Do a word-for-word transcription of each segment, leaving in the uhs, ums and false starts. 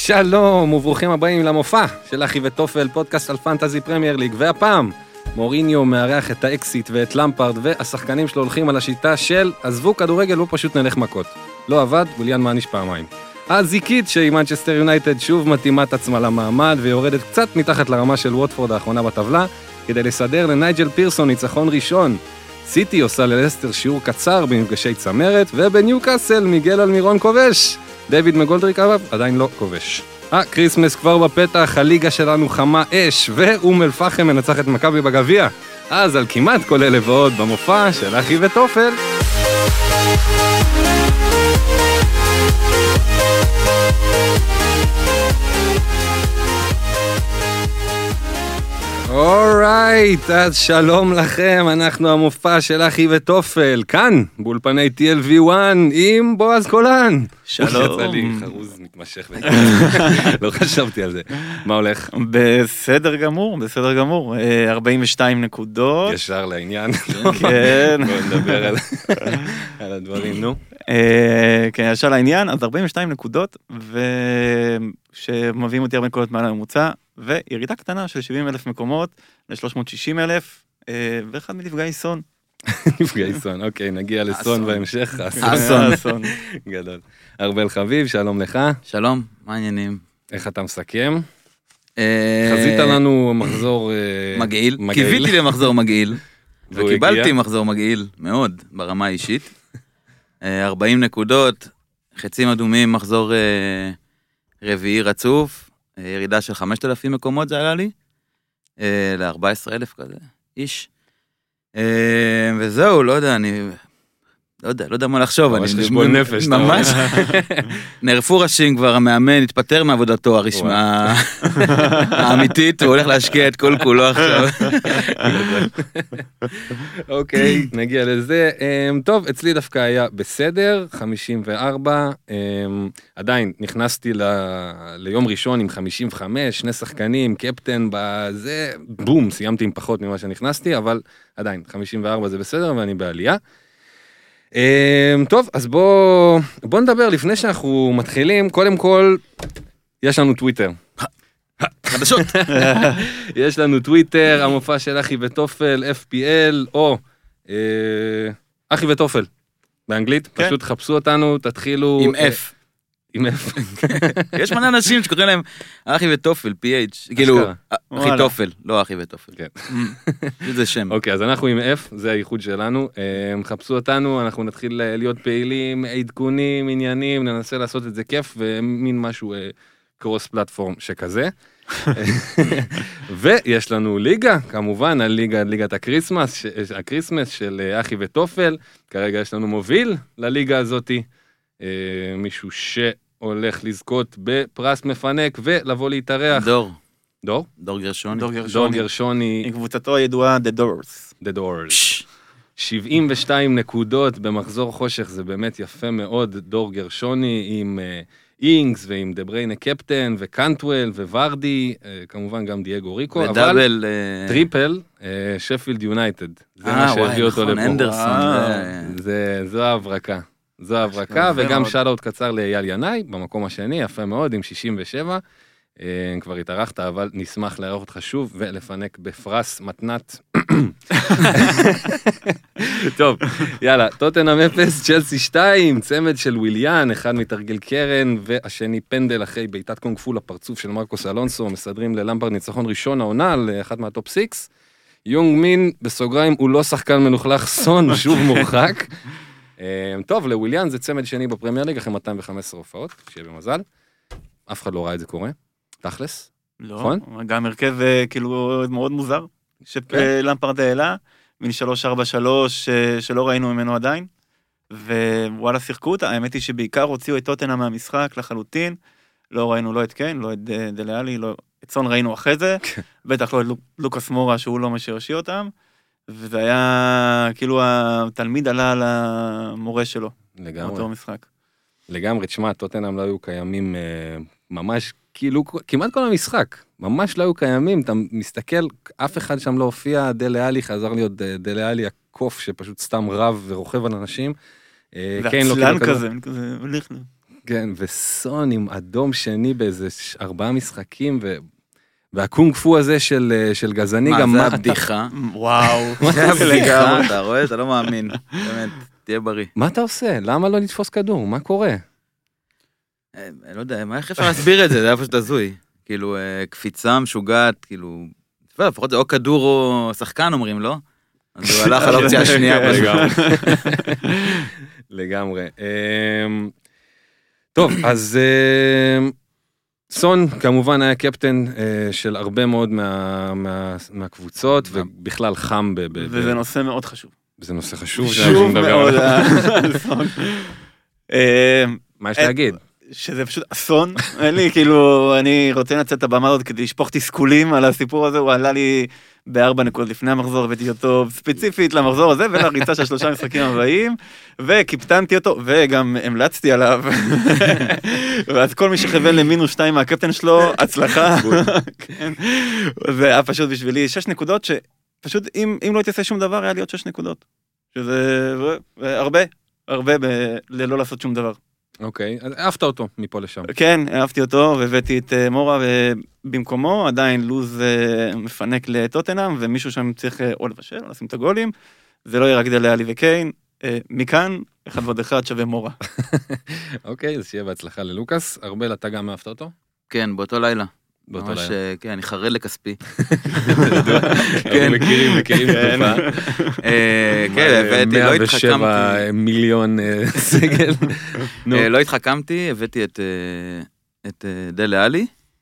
שלום וברוכים הבאים למופע של אחי וטופל, פודקאסט על פנטזי פרמייר ליג, והפעם מוריניו מארח את האקסיט ואת למפרד, והשחקנים שלו הולכים על השיטה של עזבו כדורגל ופשוט נלך מכות. לא עבד, וויליאן מעניש פעמיים. הזיקית שהיא מנצ'סטר יונייטד שוב מתאימה את עצמה למעמד ויורדת קצת מתחת לרמה של ווטפורד האחרונה בטבלה, כדי לסדר לנייג'ל פירסון ניצחון ראשון. סיטי עושה ללסטר שיעור קצר במפגשי צמרת, ובניוקאסל מיגל אלמירון כובש. דיוויד מגולדריק אבב עדיין לא כובש. הקריסמס כבר בפתח, הליגה שלנו חמה אש, ואום אל פחם מנצח את מכבי בגביע. אז על כמעט כל אלה ועוד במופע של אחי וטופל. אורייט, אז שלום לכם, אנחנו המופע של אחי וטופל, כאן, באולפני טי אל וי אחת עם בועז קולן. שלום. יצא לי חרוז מתמשך, לא חשבתי על זה. מה הולך? בסדר גמור, בסדר גמור, ארבעים ושתיים נקודות. ישר לעניין. כן. בואו נדבר על הדברים, נו. כן, ישר לעניין, אז ארבעים ושתיים נקודות, ושמביאים אותי הרבה נקודות מעל הממוצע, וירידה קטנה של שבעים אלף מקומות ל-שלוש מאות ושישים אלף, ואחד מנפגעי סון. נפגעי סון, אוקיי, נגיע לסון בהמשך. אסון, אסון. גדול. ארבל חביב, שלום לך. שלום, מה העניינים? איך אתה מסכם? חזית לנו מחזור מגעיל, קיוויתי למחזור מגעיל, וקיבלתי מחזור מגעיל מאוד ברמה האישית. ארבעים נקודות, חצים אדומים, מחזור רביעי רצוף, ירידה של חמשת אלפים מקומות זה עלה לי, ל-ארבעה עשר אלף כזה, איש. וזהו, לא יודע, אני לא יודע, לא יודע מה לחשוב. ממש חשבון נפש. ממש. נערפו ראשים כבר, המאמן התפטר מעבודתו הרשמה האמיתית, הוא הולך להשקיע את כל כולו עכשיו. אוקיי, נגיע לזה. טוב, אצלי דווקא היה בסדר, חמישים וארבע, עדיין נכנסתי ליום ראשון עם חמישים וחמש, שני שחקנים, קפטן בזה, בום, סיימתי עם פחות ממה שנכנסתי, אבל עדיין, חמישים וארבע זה בסדר ואני בעלייה. טוב, אז בוא, בוא נדבר לפני שאנחנו מתחילים. קודם כל, יש לנו טוויטר. חדשות. יש לנו טוויטר, המופע של אחי וטופל, אף פי אל, או אחי וטופל, באנגלית. פשוט חפשו אותנו, תתחילו... עם F. עם F. יש מלא אנשים שקוראים להם אחי וטופל, פי אייץ', כאילו, אחי טופל, לא אחי וטופל. זה שם. אוקיי, אז אנחנו עם F, זה הייחוד שלנו. חפשו אותנו, אנחנו נתחיל להיות פעילים, עדכונים, עניינים, ננסה לעשות את זה כיף, ומין משהו קרוס פלטפורם שכזה. ויש לנו ליגה, כמובן, הליגה, ליגת הקריסמס, הקריסמס של אחי וטופל. כרגע יש לנו מוביל לליגה הזאת, מישהו שהולך לזכות בפרס מפנק ולבוא להתארח. דור. דור? דור גרשוני. דור גרשוני. דור גרשוני. עם קבוצתו הידועה, The Doors. The Doors. שבעים ושתיים נקודות במחזור חושך, זה באמת יפה מאוד. דור גרשוני עם אינגס ועם דבריינה קפטן וקנטואל וורדי, כמובן גם דייגו ריקו, ודאבל... טריפל, שפילד יונייטד. זה מה שהביא אותו לפה. אנדרסון. זו ההברקה. זו ההברקה, וגם שאט-אוט קצר לאייל ינאי, במקום השני, יפה מאוד, עם שישים ושבע. כבר התארחת, אבל נשמח לערוך אותך שוב, ולפנק בפרס מתנת. טוב, יאללה, טוטנהאם אפס, צ'לסי שתיים, צמד של וויליאן, אחד מתרגיל קרן, והשני פנדל אחרי בעיטת קונג פו לפרצוף של מרקוס אלונסו, מסדרים ללמפרד ניצחון ראשון העונה, לאחת מהטופ סיקס. יונג מין, בסוגריים, הוא לא שחקן מנוחלך, סון שוב מורחק. טוב, לוויליאן זה צמד שני בפרמייר ליג, אחרי מאתיים וחמש עשרה הופעות, שיהיה במזל. אף אחד לא ראה את זה קורה. תכלס? לא, גם הרכב כאילו מאוד מוזר, שלמפרד העלה, מן שלוש ארבע שלוש שלא ראינו ממנו עדיין, ווואלה שיחקו אותה, האמת היא שבעיקר הוציאו את טוטנהאם מהמשחק לחלוטין, לא ראינו לא את קיין, לא את דליאלי, את סון ראינו אחרי זה, בטח לא את לוקאס מורה שהוא לא מה שהושיע אותם, וזה היה כאילו התלמיד עלה על המורה שלו. לגמרי. אותו משחק. לגמרי, תשמע, טוטנהאם לא היו קיימים ממש, כאילו, כמעט כל המשחק, ממש לא היו קיימים, אתה מסתכל, אף אחד שם לא הופיע, דליאלי חזר להיות דליאלי הקוף, שפשוט סתם רב ורוכב על אנשים. ועצלן כזה, כזה, הולך לו. כן, וסון עם אדום שני באיזה ארבעה משחקים, והקונג פו הזה של גזני, גם מה זה הבדיחה? וואו. זה הבדיחה, אתה רואה? אתה לא מאמין. באמת, תהיה בריא. מה אתה עושה? למה לא לתפוס כדור? מה קורה? לא יודע, איך אפשר להסביר את זה? זה היה פשוט הזוי. כאילו, קפיצה משוגעת, כאילו, לפחות זה או כדור או שחקן אומרים, לא? אז הוא הלך על האופציה השנייה. לגמרי. לגמרי. טוב, אז סון כמובן היה קפטן של הרבה מאוד מהקבוצות, ובכלל חם. וזה נושא מאוד חשוב. זה נושא חשוב. חשוב מאוד. מה יש להגיד? שזה פשוט אסון, אין לי, כאילו, אני רוצה לנצל את הבמה הזאת כדי לשפוך תסכולים על הסיפור הזה, הוא עלה לי בארבע נקודות לפני המחזור, הבאתי אותו ספציפית למחזור הזה, ולריצה של שלושה משחקים הבאים, וקיפטנתי אותו, וגם המלצתי עליו, ואז כל מי שכוון למינוס שתיים מהקפטן שלו, הצלחה, זה היה פשוט בשבילי שש נקודות, שפשוט אם, אם לא תעשה שום דבר, היה לי עוד שש נקודות, שזה הרבה, הרבה ללא לעשות שום דבר. אוקיי, אז אהבת אותו מפה לשם. כן, אהבתי אותו, והבאתי את מורה במקומו, עדיין לוז מפנק לטוטנהאם, ומישהו שם צריך או לבשל, או לשים את הגולים, זה לא יהיה רק דלה עלי וקיין, מכאן, אחד ועוד אחד שווה מורה. אוקיי, אז שיהיה בהצלחה ללוקאס. ארבל, אתה גם אהבת אותו? כן, באותו לילה. באותו ממש, לילה. כן, אני חרד לכספי. כן, מכירים, מכירים תקופה. כן, הבאתי, לא מאה ושבע התחכמתי. מיליון סגל. לא התחכמתי, הבאתי את דלה עלי,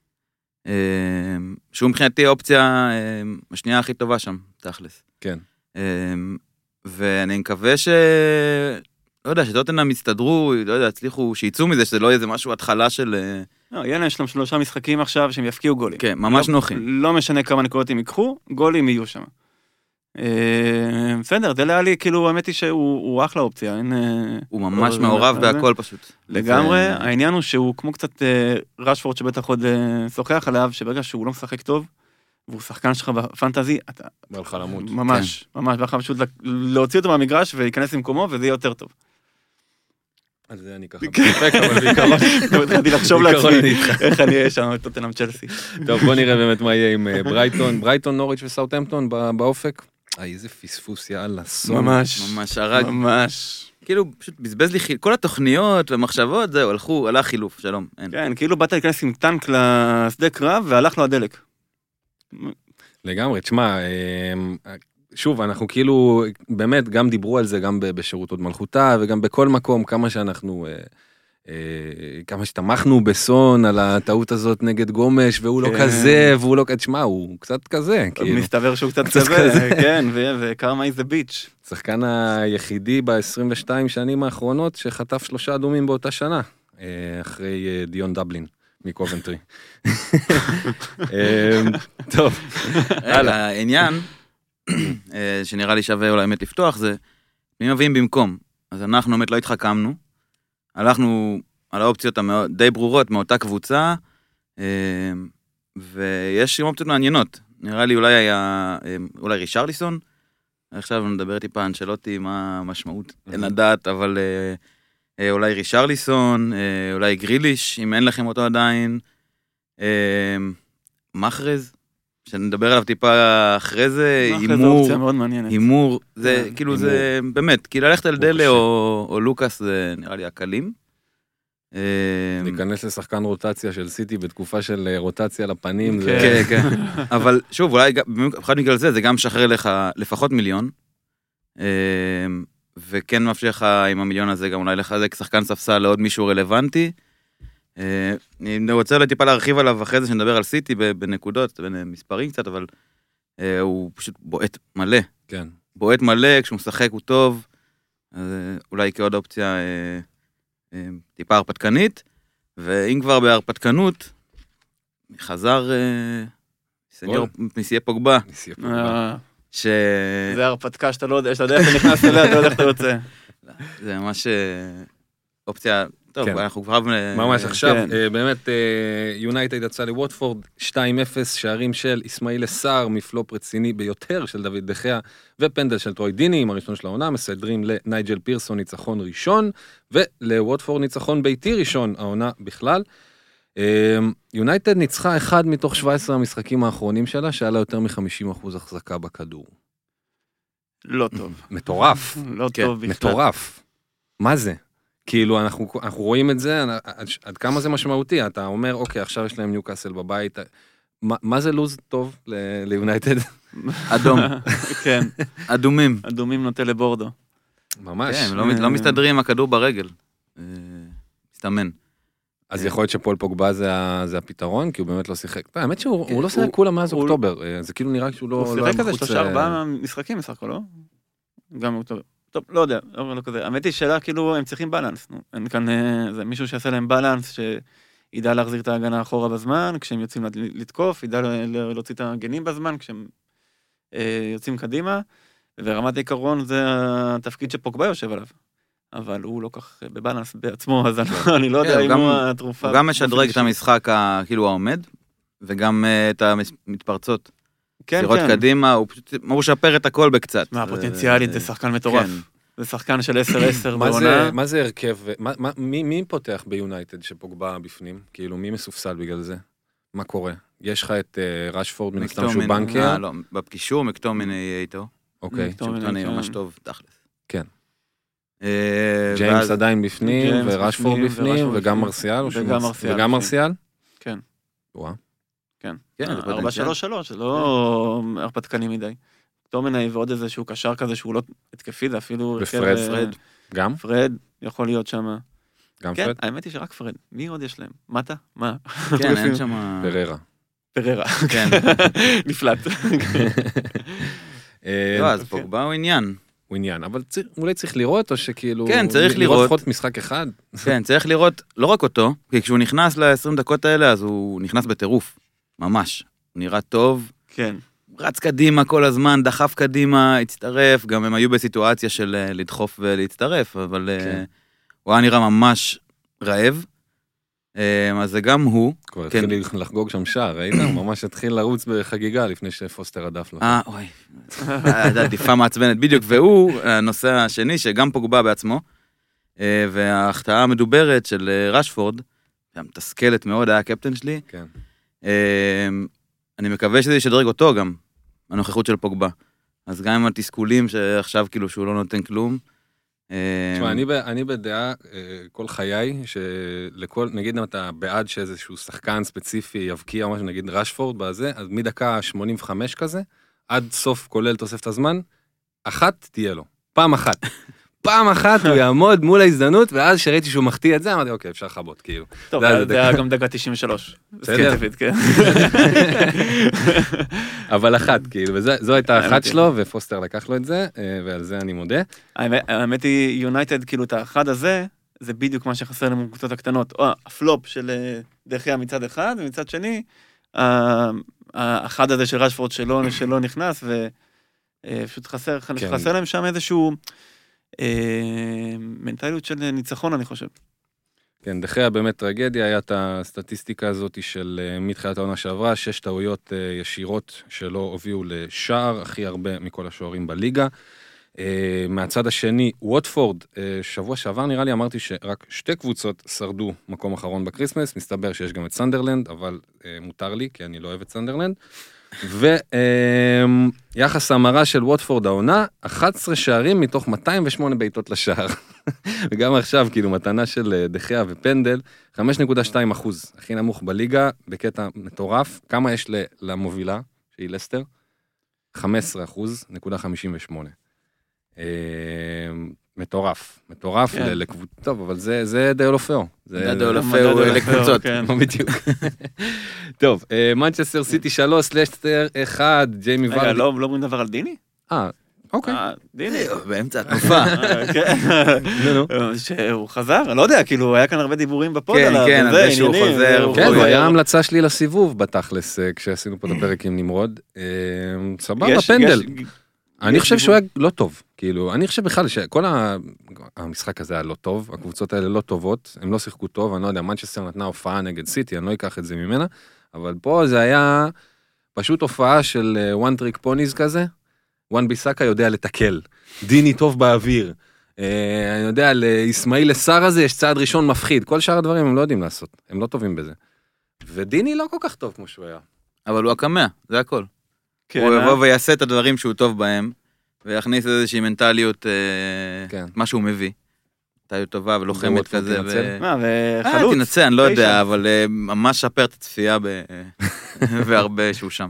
שהוא מבחינתי האופציה השנייה הכי טובה שם, תכלס. כן. ואני מקווה ש... לא יודע, שטוטנהאם יסתדרו, לא יודע, הצליחו, שיצאו מזה, שזה לא יהיה איזה משהו התחלה של... לא, יאללה, יש להם שלושה משחקים עכשיו שהם יפקיעו גולים. כן, ממש נוחים. לא משנה כמה נקודות הם ייקחו, גולים יהיו שם. בסדר, דלה עלי, כאילו, האמת היא שהוא אחלה אופציה. הוא ממש מעורב בהכל פשוט. לגמרי, העניין הוא שהוא כמו קצת רשפורד שבטח עוד שוחח עליו, שברגע שהוא לא משחק טוב, והוא שחקן שלך בפנטזי, אתה... בא לך למות. ממש, ממש, ואחר פשוט להוציא אותו מהמגרש ולהיכנס למקומו, וזה יהיה יותר טוב. על זה אני ככה מתפק, אבל בעיקרון... התחלתי לחשוב לעצמי איך אני אהיה שם, טוטנהאם צ'לסי. טוב, בוא נראה באמת מה יהיה עם ברייטון, ברייטון, נוריץ' וסאות'המפטון באופק. איזה פספוס, יאללה, סון. ממש. ממש הרג. ממש. כאילו, פשוט בזבז לי כל התוכניות ומחשבות, זהו, הלכו, הלך חילוף, שלום. כן, כאילו באת להיכנס עם טנק לשדה קרב, והלך לו הדלק. לגמרי, תשמע, שוב, אנחנו כאילו, באמת, גם דיברו על זה, גם בשירות עוד מלכותה, וגם בכל מקום, כמה שאנחנו, כמה שתמכנו בסון על הטעות הזאת נגד גומש, והוא לא כזה, והוא לא, תשמע, הוא קצת כזה. מסתבר שהוא קצת כזה, כן, וקרמה איזה ביץ'. שחקן היחידי ב-עשרים ושתיים שנים האחרונות, שחטף שלושה אדומים באותה שנה, אחרי דיון דבלין. מקובנטרי. טוב, העניין, שנראה לי שווה אולי באמת לפתוח, זה מי מביאים במקום. אז אנחנו באמת לא התחכמנו, הלכנו על האופציות די ברורות מאותה קבוצה, ויש גם אופציות מעניינות. נראה לי אולי היה, אולי רישרליסון, עכשיו נדבר טיפה אנשלוטי מה המשמעות, אין לדעת, אבל... אולי רישרליסון, אולי גריליש, אם אין לכם אותו עדיין, מחרז, שנדבר עליו טיפה אחרי זה, הימור, הימור, זה כאילו זה באמת, כאילו ללכת על דלה או לוקאס זה נראה לי הקלים. להיכנס לשחקן רוטציה של סיטי בתקופה של רוטציה לפנים. כן, כן, אבל שוב, אולי אחד בגלל זה, זה גם משחרר לך לפחות מיליון, וכן מאפשר לך עם המיליון הזה גם אולי לחזק שחקן ספסל לעוד מישהו רלוונטי. אני רוצה אולי טיפה להרחיב עליו אחרי זה שנדבר על סיטי בנקודות, במספרים קצת, אבל הוא פשוט בועט מלא. כן. בועט מלא, כשהוא משחק הוא טוב, אולי כעוד אופציה טיפה הרפתקנית, ואם כבר בהרפתקנות, חזר סניור מסייה פוגבה. מסייה פוגבה. ש... זה הרפתקה שאתה לא יודע, שאתה יודע איך אתה נכנס אליה, אתה לא יודע איך אתה יוצא. זה ממש אופציה טוב, אנחנו כבר... ממש עכשיו, באמת, יונייטד יצא לווטפורד, שתיים אפס, שערים של אסמאעיל סער, מפלופ רציני ביותר של דוד דחיה, ופנדל של טרוי דיני, עם הראשון של העונה, מסדרים לנייג'ל פירסון ניצחון ראשון, ולווטפורד ניצחון ביתי ראשון, העונה בכלל. יונייטד ניצחה אחד מתוך שבע עשרה המשחקים האחרונים שלה, שהיה לה יותר מ-חמישים אחוז החזקה בכדור. לא טוב. מטורף. לא טוב בכלל. מטורף. מה זה? כאילו, אנחנו, אנחנו רואים את זה, עד, עד כמה זה משמעותי, אתה אומר, אוקיי, עכשיו יש להם ניוקאסל בבית, מה, מה זה לוז טוב ליונייטד? אדום. כן. אדומים. אדומים נוטה לבורדו. ממש. כן, לא, לא מסתדרים עם הכדור ברגל. מסתמן. אז יכול להיות שפול פוגבה זה, זה הפתרון, כי הוא באמת לא שיחק. האמת שהוא הוא לא שיחק כולה מאז אוקטובר, זה כאילו נראה שהוא לא... הוא שיחק כזה שלושה ארבעה משחקים בסך הכל, לא? גם אוקטובר. טוב, לא יודע, לא כזה. האמת היא שאלה, כאילו, הם צריכים בלנס. אין כאן, זה מישהו שיעשה להם בלנס, שידע להחזיר את ההגנה אחורה בזמן, כשהם יוצאים לתקוף, ידע להוציא את הגנים בזמן, כשהם יוצאים קדימה, ורמת העיקרון זה התפקיד שפוגבה יושב עליו. אבל הוא לא כך בבלנס בעצמו, אז אני לא יודע אם הוא התרופה. הוא גם משדרג את המשחק, כאילו, העומד, וגם את המתפרצות. סירות קדימה, הוא פשוט משפר את הכל בקצת. מה, פוטנציאלית זה שחקן מטורף. זה שחקן של עשר עשר בעונה. מה זה הרכב? מי פותח ביונייטד שפוגבה בפנים? כאילו, מי מסופסל בגלל זה? מה קורה? יש לך את רשפורד מנסתם שהוא בנקר? לא, בקישור מקטומיני יהיה איתו. אוקיי. מקטומיני ממש טוב, תכלס. כן. ג'יימס עדיין בפנים, ורשפורד בפנים, וגם מרסיאל? וגם מרסיאל? כן. וואה. כן, ארבע שלוש שלוש, זה לא הרפתקני מדי. טומני ועוד איזשהו קשר כזה שהוא לא התקפי, זה אפילו... ופרד, פרד. גם? פרד יכול להיות שם. גם כן, פרד? האמת היא שרק פרד. מי עוד יש להם? מטה? מה? כן, אין שם... פררה. פררה. כן. נפלט. לא, אז פוגבה הוא עניין. הוא עניין, אבל אולי צריך לראות, או שכאילו... כן, צריך לראות. לפחות משחק אחד. כן, צריך לראות לא רק אותו, כי כשהוא נכנס ל-עשרים דקות האלה, אז הוא נכנס בטירוף. ממש. הוא נראה טוב. כן. רץ קדימה כל הזמן, דחף קדימה, הצטרף, גם הם היו בסיטואציה של לדחוף ולהצטרף, אבל כן. הוא היה נראה ממש רעב. אז זה גם הוא. כבר כן. התחיל לחגוג שם שער, ראית? הוא ממש התחיל לרוץ בחגיגה לפני שפוסטר עדף לו. אה, אוי. עדיפה מעצבנת בדיוק, והוא הנושא השני שגם פוגבה בעצמו, וההחטאה המדוברת של רשפורד, המתסכלת מאוד, היה הקפטן שלי. כן. אני מקווה שזה ישדרג אותו גם, הנוכחות של פוגבה. אז גם עם התסכולים שעכשיו כאילו שהוא לא נותן כלום. תשמע, אני בדעה כל חיי, שלכל, נגיד אם אתה בעד שאיזשהו שחקן ספציפי יבקיע, או משהו, נגיד רשפורד בזה, אז מדקה שמונים וחמש כזה, עד סוף כולל תוספת הזמן, אחת תהיה לו. פעם אחת. פעם אחת הוא יעמוד מול ההזדמנות, ואז שראיתי שהוא מחטיא את זה, אמרתי, אוקיי, אפשר לחבות, כאילו. טוב, זה היה גם דקה תשעים ושלוש. ספציפית, כן. אבל אחת, כאילו, וזו הייתה האחת שלו, ופוסטר לקח לו את זה, ועל זה אני מודה. האמת היא, יונייטד, כאילו, את האחד הזה, זה בדיוק מה שחסר לנו בקבוצות הקטנות, או הפלופ של דחיה מצד אחד, ומצד שני, האחד הזה של רשפורד שלא נכנס, ופשוט חסר להם שם איזשהו... מנטליות של ניצחון, אני חושב. כן, דחיה באמת טרגדיה, היה את הסטטיסטיקה הזאת של מתחילת העונה שעברה, שש טעויות ישירות שלא הובילו לשער, הכי הרבה מכל השוערים בליגה. מהצד השני, ווטפורד, שבוע שעבר נראה לי אמרתי שרק שתי קבוצות שרדו מקום אחרון בקריסמס, מסתבר שיש גם את סנדרלנד, אבל מותר לי, כי אני לא אוהב את סנדרלנד. ויחס המרה של ווטפורד העונה, אחת עשרה שערים מתוך מאתיים ושמונה בעיטות לשער. וגם עכשיו, כאילו, מתנה של דחיה ופנדל, חמש נקודה שתיים אחוז, הכי נמוך בליגה, בקטע מטורף. כמה יש למובילה, שהיא לסטר? חמש עשרה אחוז, נקודה חמישים ושמונה. מטורף, מטורף לקבוצות, טוב, אבל זה דיולופאו. זה דיולופאו לקבוצות. בדיוק. טוב, מנצ'סטר סיטי שלוש, לסטר אחד, ג'יימי ורדי. רגע, לא אומרים דבר על דיני? אה, אוקיי. דיני. באמצע התנופה. שהוא חזר, אני לא יודע, כאילו, היה כאן הרבה דיבורים בפוד עליו. כן, כן, שהוא חוזר. כן, זה היה המלצה שלי לסיבוב בתכלס, כשעשינו פה את הפרק עם נמרוד. סבבה, פנדל. אני חושב שהוא היה לא טוב, כאילו, אני חושב בכלל שכל המשחק הזה היה לא טוב, הקבוצות האלה לא טובות, הם לא שיחקו טוב, אני לא יודע, מנצ'סטר נתנה הופעה נגד סיטי, אני לא אקח את זה ממנה, אבל פה זה היה פשוט הופעה של one trick ponies כזה, וואן ביסאקה יודע לתקל, דיני טוב באוויר, אני יודע, לאסמאעיל לסאר הזה יש צעד ראשון מפחיד, כל שאר הדברים הם לא יודעים לעשות, הם לא טובים בזה. ודיני לא כל כך טוב כמו שהוא היה. אבל הוא הקמע, זה הכל. הוא יבוא ויעשה את הדברים שהוא טוב בהם, ויכניס איזושהי מנטליות, מה שהוא מביא. מנטליות טובה ולוחמת כזה. מה, וחלוץ. תנצל, אני לא יודע, אבל ממש שפר את הצפייה והרבה שהוא שם.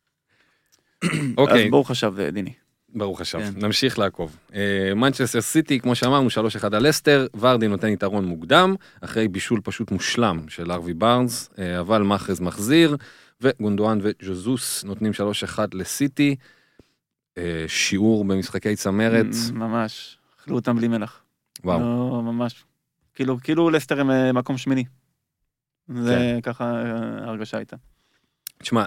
אז ברוך השב, דיני. ברוך השב, נמשיך לעקוב. מנצ'סטר סיטי, כמו שאמרנו, שלוש אחד על לסטר, ורדי נותן יתרון מוקדם, אחרי בישול פשוט מושלם של ארווי בארנס, אבל מחרז מחזיר, וגונדואן וג'וזוס נותנים שלוש אחד לסיטי, שיעור במשחקי צמרת. ממש, אכלו אותם בלי מלח. וואו. לא, ממש. כאילו, כאילו לסטר הם מקום שמיני. זה ככה הרגשה הייתה. תשמע,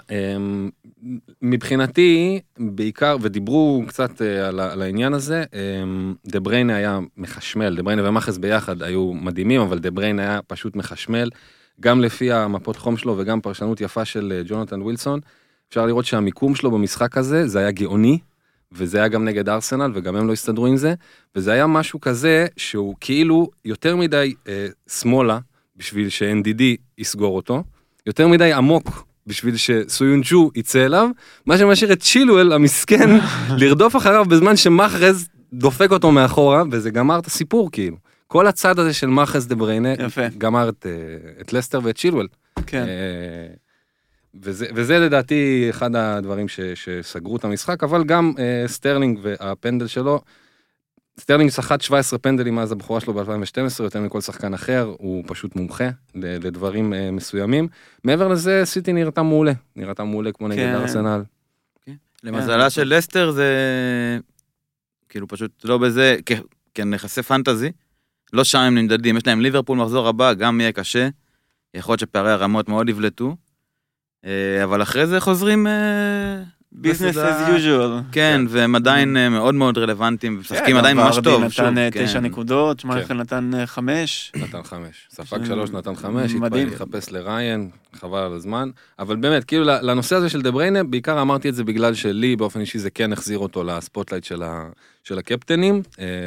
מבחינתי, בעיקר, ודיברו קצת על, על העניין הזה, דה בריינה היה מחשמל, דה בריינה ומחרז ביחד היו מדהימים, אבל דה בריינה היה פשוט מחשמל, גם לפי המפות חום שלו וגם פרשנות יפה של ג'ונתן ווילסון, אפשר לראות שהמיקום שלו במשחק הזה, זה היה גאוני, וזה היה גם נגד ארסנל, וגם הם לא הסתדרו עם זה, וזה היה משהו כזה, שהוא כאילו יותר מדי אה, שמאלה, בשביל ש-אן די די יסגור אותו, יותר מדי עמוק, בשביל שסויונג'ו יצא אליו, מה שמשאיר את צ'ילואל המסכן, לרדוף אחריו בזמן שמחרז דופק אותו מאחורה, וזה גמר את הסיפור כאילו. כל הצד הזה של מחרז דה בריינה, גמר את, את לסטר ואת צ'ילואל. כן. וזה, וזה לדעתי אחד הדברים ש, שסגרו את המשחק, אבל גם סטרלינג והפנדל שלו, סטרלינג שחט שבע עשרה פנדלים מאז הבחורה שלו ב-אלפיים ושתים עשרה, יותר מכל שחקן אחר, הוא פשוט מומחה לדברים מסוימים. מעבר לזה, סיטי נראתה מעולה, נראתה מעולה כמו נגד ארסנל. למזלה של לסטר זה, כאילו פשוט לא בזה, כנכסי פנטזי, לא שם הם נמדדים, יש להם ליברפול מחזור הבא, גם יהיה קשה, יכול להיות שפערי הרמות מאוד יבלטו, אבל אחרי זה חוזרים... business as usual. כן, והם עדיין מאוד מאוד רלוונטיים, ומשחקים עדיין ממש טוב. נתן תשע נקודות, שמייכל נתן חמש. נתן חמש. ספק שלוש נתן חמש, התפעל לחפש לריין, חבל על הזמן. אבל באמת, כאילו לנושא הזה של דה בריינה, בעיקר אמרתי את זה בגלל שלי באופן אישי זה כן החזיר אותו לספוטלייט של הקפטנים.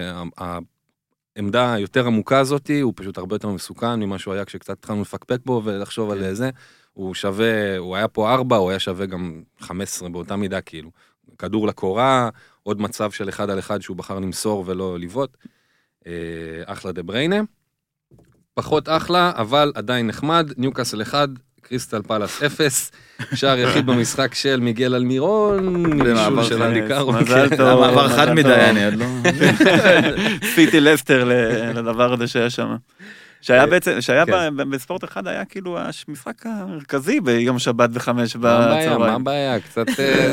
העמדה היותר עמוקה הזאת, הוא פשוט הרבה יותר מסוכן ממה שהוא היה כשקצת התחלנו לפקפק בו ולחשוב על זה. הוא שווה, הוא היה פה ארבע, הוא היה שווה גם חמש עשרה באותה מידה, כאילו. כדור לקורה, עוד מצב של אחד על אחד שהוא בחר למסור ולא לבעוט. אחלה דה בריינה. פחות אחלה, אבל עדיין נחמד. ניוקאסל אחד, קריסטל פלאס אפס. שער יחיד במשחק של מיגל אלמירון. במעבר של אנדי קארו. מזל טוב. מעבר חד מדי, אני עוד לא... פיטי לסטר לדבר הזה שהיה שם. שהיה בעצם, שהיה בספורט אחד, היה כאילו המשחק המרכזי ביום שבת וחמש בצהריים. מה הבעיה? קצת,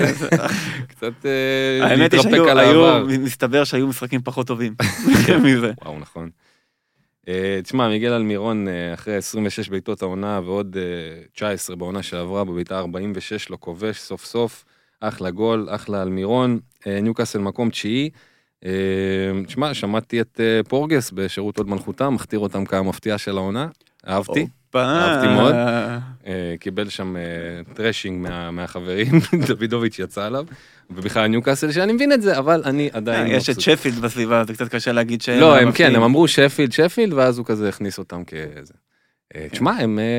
קצת האמת היא שהיו, מסתבר שהיו משחקים פחות טובים מזה. וואו, נכון. תשמע, מיגל אלמירון, אחרי עשרים ושש בעיטות העונה, ועוד תשע עשרה בעונה שעברה, בביתה ארבעים ושש, לא כובש, סוף סוף, אחלה גול, אחלה אלמירון, ניוקאסל מקום תשיעי, תשמע, שמעתי את פורגס בשירות עוד מלכותם, מכתיר אותם כמפתיע של העונה, אהבתי, אהבתי מאוד, קיבל שם טרשינג מהחברים, דוידוביץ' יצא עליו, ובכלל ניוקאסל שאני מבין את זה, אבל אני עדיין... יש את שפילד בסביבה, זה קצת קשה להגיד שהם... לא, הם כן, הם אמרו שפילד, שפילד, ואז הוא כזה הכניס אותם כזה. תשמע,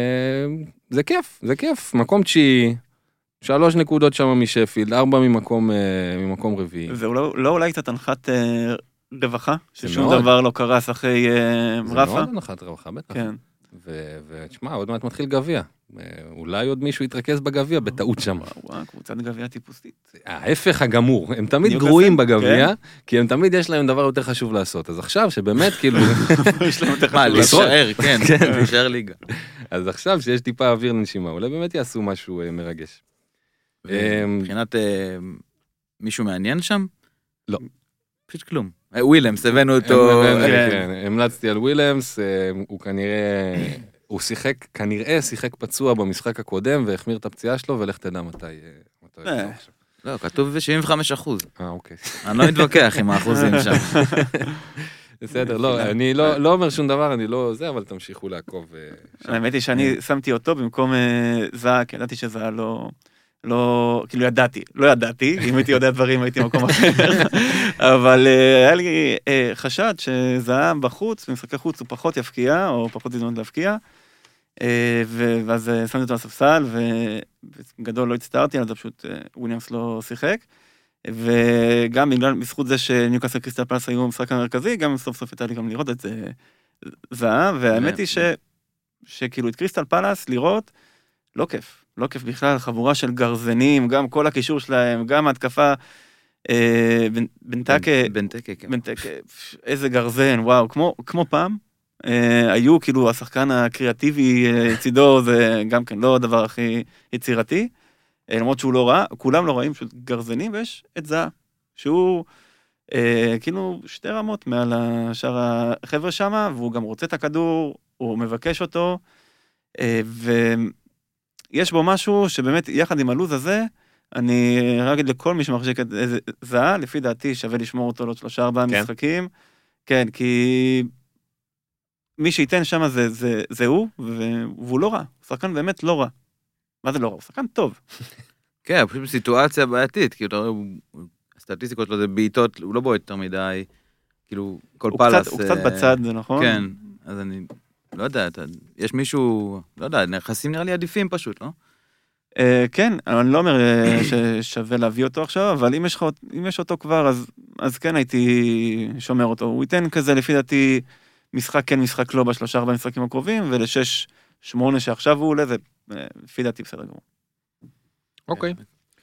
זה כיף, זה כיף, מקום תשיעי, שלוש נקודות שם משפילד, ארבע ממקום, ממקום רביעי. זה לא, לא אולי קצת הנחת אה, רווחה, ששום מאוד. דבר לא קרס אחרי אה, זה רפה. זה מאוד הנחת רווחה, בטח. כן. ותשמע, עוד מעט מתחיל גביע. אולי עוד מישהו יתרכז בגביע, בטעות שם. וואו, קבוצת גביע טיפוסית. ההפך הגמור, הם תמיד גרועים בגביע, כן? כי הם תמיד יש להם דבר יותר חשוב לעשות. אז עכשיו שבאמת כאילו... יש להם יותר חשוב לעשות. להישאר, כן, להישאר ליגה. אז עכשיו שיש טיפה אוויר לנשימה, אולי באמת יעשו משהו מרגש. מבחינת מישהו מעניין שם? לא. פשוט כלום. ווילמס, הבאנו אותו. המלצתי על ווילמס, הוא כנראה, הוא שיחק, כנראה שיחק פצוע במשחק הקודם, והחמיר את הפציעה שלו, ולך תדע מתי. לא, כתוב שבעים וחמישה אחוז. אה, אוקיי. אני לא מתווכח עם האחוזים שם. בסדר, לא, אני לא אומר שום דבר, אני לא זה, אבל תמשיכו לעקוב. האמת היא שאני שמתי אותו במקום זהה, כי ידעתי שזהה לא... לא, כאילו ידעתי, לא ידעתי, אם הייתי יודע דברים הייתי במקום אחר, אבל היה לי חשד שזהה בחוץ, במשחקי חוץ הוא פחות יפקיע, או פחות הזדמנות להפקיע, ואז שמתי אותו על הספסל, ובגדול לא הצטערתי על זה, פשוט וויליאמס לא שיחק, וגם בגלל, בזכות זה שניוקאסל קריסטל פלאס היו במשחק המרכזי, גם סוף סוף הייתה לי גם לראות את זה זהה, והאמת היא שכאילו את קריסטל פלאס לראות, לא כיף. לא כיף בכלל, חבורה של גרזנים, גם כל הקישור שלהם, גם ההתקפה, אה, בנטקה, בנטקה, כן. בנטקה, איזה גרזן, וואו, כמו, כמו פעם, אה, היו כאילו השחקן הקריאטיבי אה, צידו, זה גם כן לא הדבר הכי יצירתי, אה, למרות שהוא לא רע, כולם לא רעים, פשוט גרזנים, ויש את זהה, שהוא אה, כאילו שתי רמות מעל השאר החבר'ה שם, והוא גם רוצה את הכדור, הוא מבקש אותו, אה, ו... יש בו משהו שבאמת, יחד עם הלוז הזה, אני רק אגיד לכל מי שמחזיק את זהה, לפי דעתי שווה לשמור אותו לעוד שלושה ארבעה כן. משחקים, כן, כי מי שייתן שם זה, זה, זה הוא, והוא לא רע, הוא שחקן באמת לא רע. מה זה לא רע? הוא שחקן טוב. כן, פשוט סיטואציה בעייתית, כאילו, הסטטיסטיקות לא זה בעיטות, הוא לא בועט יותר מדי, כאילו, כל פלס... הוא קצת בצד, זה נכון? כן, אז אני... לא יודע, יש מישהו, לא יודע, נכסים נראה לי עדיפים פשוט, לא? כן, אני לא אומר ששווה להביא אותו עכשיו, אבל אם יש אותו כבר, אז כן הייתי שומר אותו. הוא ייתן כזה, לפי דעתי, משחק כן, משחק לא, בשלושה ארבעה משחקים הקרובים, ולשש שמונה שעכשיו הוא עולה, זה לפי דעתי בסדר גמור. אוקיי.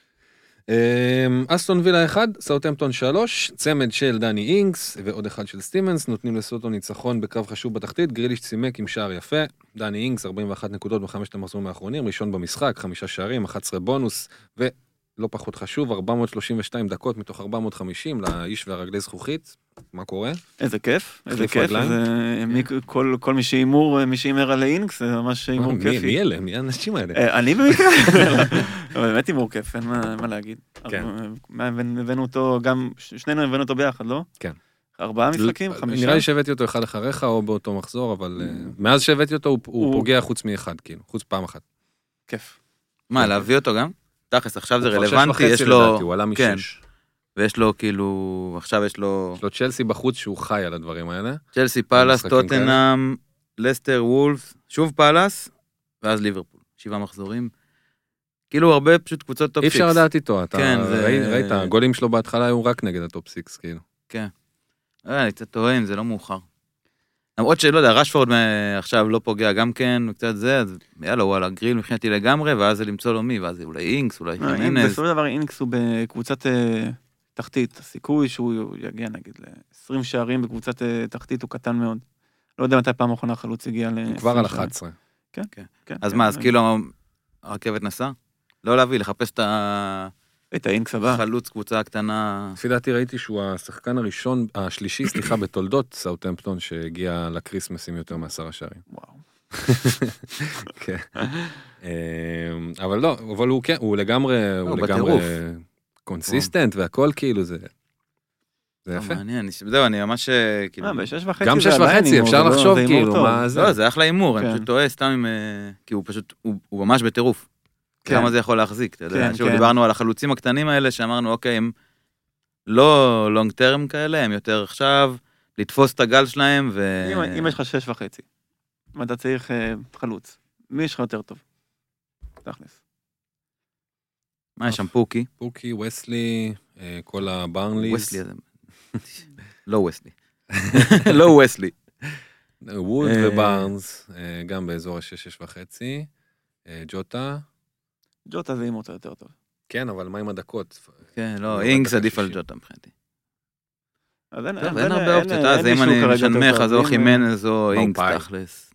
אסטון וילה אחד, סאות'המפטון שלוש, צמד של דני אינגס ועוד אחד של סטימנס, נותנים לסוטו ניצחון בקרב חשוב בתחתית, גריליש צימק עם שער יפה, דני אינגס ארבעים ואחת נקודות בחמשת המחזורים האחרונים, ראשון במשחק, חמישה שערים, אחת עשרה בונוס, ולא פחות חשוב, ארבע מאות שלושים ושתיים דקות מתוך ארבע מאות וחמישים לאיש והרגלי זכוכית, מה קורה? איזה כיף, איזה כיף, כל מי שאימור, מי שאימר על אינגס, זה ממש אימור כיפי. מי אלה? מי האנשים האלה? אני במקרה, באמת אימור כיף, אין מה להגיד. כן. הבאנו אותו, גם שנינו הבאנו אותו ביחד, לא? כן. ארבעה משחקים, חמישה? נראה לי שהבאתי אותו אחד אחריך או באותו מחזור, אבל מאז שהבאתי אותו הוא פוגע חוץ מאחד, כאילו, חוץ פעם אחת. כיף. מה, להביא אותו גם? תכלס, עכשיו זה רלוונטי, יש לו... הוא עלה משש. ויש לו כאילו, עכשיו יש לו... יש לו צ'לסי בחוץ שהוא חי על הדברים האלה. צ'לסי, פלאס, טוטנהאם, לסטר, וולף, שוב פלאס, ואז ליברפול. שבעה מחזורים. כאילו הרבה פשוט קבוצות טופ אי סיקס. אפשר לדעת איתו, אתה כן, ראית, הגולים שלו בהתחלה היו רק נגד הטופ סיקס, כאילו. כן. אני קצת טועה אם זה לא מאוחר. למרות שלא יודע, רשפורד עכשיו לא פוגע גם כן, וקצת זה, אז יאללה, וואלה, גריל מבחינתי לגמרי, ואז זה למצוא לו מי, ואז זה אולי אינקס, אולי חימנז. בסופו של דבר אינקס הוא בקבוצת תחתית, הסיכוי שהוא יגיע נגיד ל-עשרים שערים בקבוצת תחתית הוא קטן מאוד. לא יודע מתי פעם האחרונה חלוץ הגיע ל... הוא כבר על אחת עשרה. כן, כן. אז מה, אז כאילו הרכבת נסע? לא להביא, לחפש את ה... את האינקס הבא. חלוץ קבוצה קטנה. לפי דעתי ראיתי שהוא השחקן הראשון, השלישי, סליחה, בתולדות סאות'המפטון, שהגיע לקריסמס עם יותר מעשרה שערים. וואו. כן. אבל לא, אבל הוא כן, הוא לגמרי, הוא לגמרי קונסיסטנט והכל כאילו זה. זה יפה. מעניין, זהו, אני ממש כאילו... גם שש וחצי, אפשר לחשוב כאילו, מה זה? לא, זה אחלה אימור, אני פשוט טועה סתם עם... כי הוא פשוט, הוא ממש בטירוף. כמה זה יכול להחזיק, אתה יודע, שוב דיברנו על החלוצים הקטנים האלה, שאמרנו, אוקיי, הם לא לונג טרם כאלה, הם יותר עכשיו, לתפוס את הגל שלהם, ו... אם יש לך שש וחצי, אם אתה צריך חלוץ, מי יש לך יותר טוב? תכלס. מה יש שם, פוקי? פוקי, וסלי, כל הברנליז. וסלי, לא וסלי. לא וסלי. ווד ובארנס, גם באזור השש, שש וחצי, ג'וטה. ג'וטה זה אימות יותר טוב. כן, אבל מה עם הדקות? כן, לא, אינגס עדיף על ג'וטה מבחינתי. אז אין הרבה אופציות, אז אם אני משנמך, אז או חימנז או אינגס תכלס.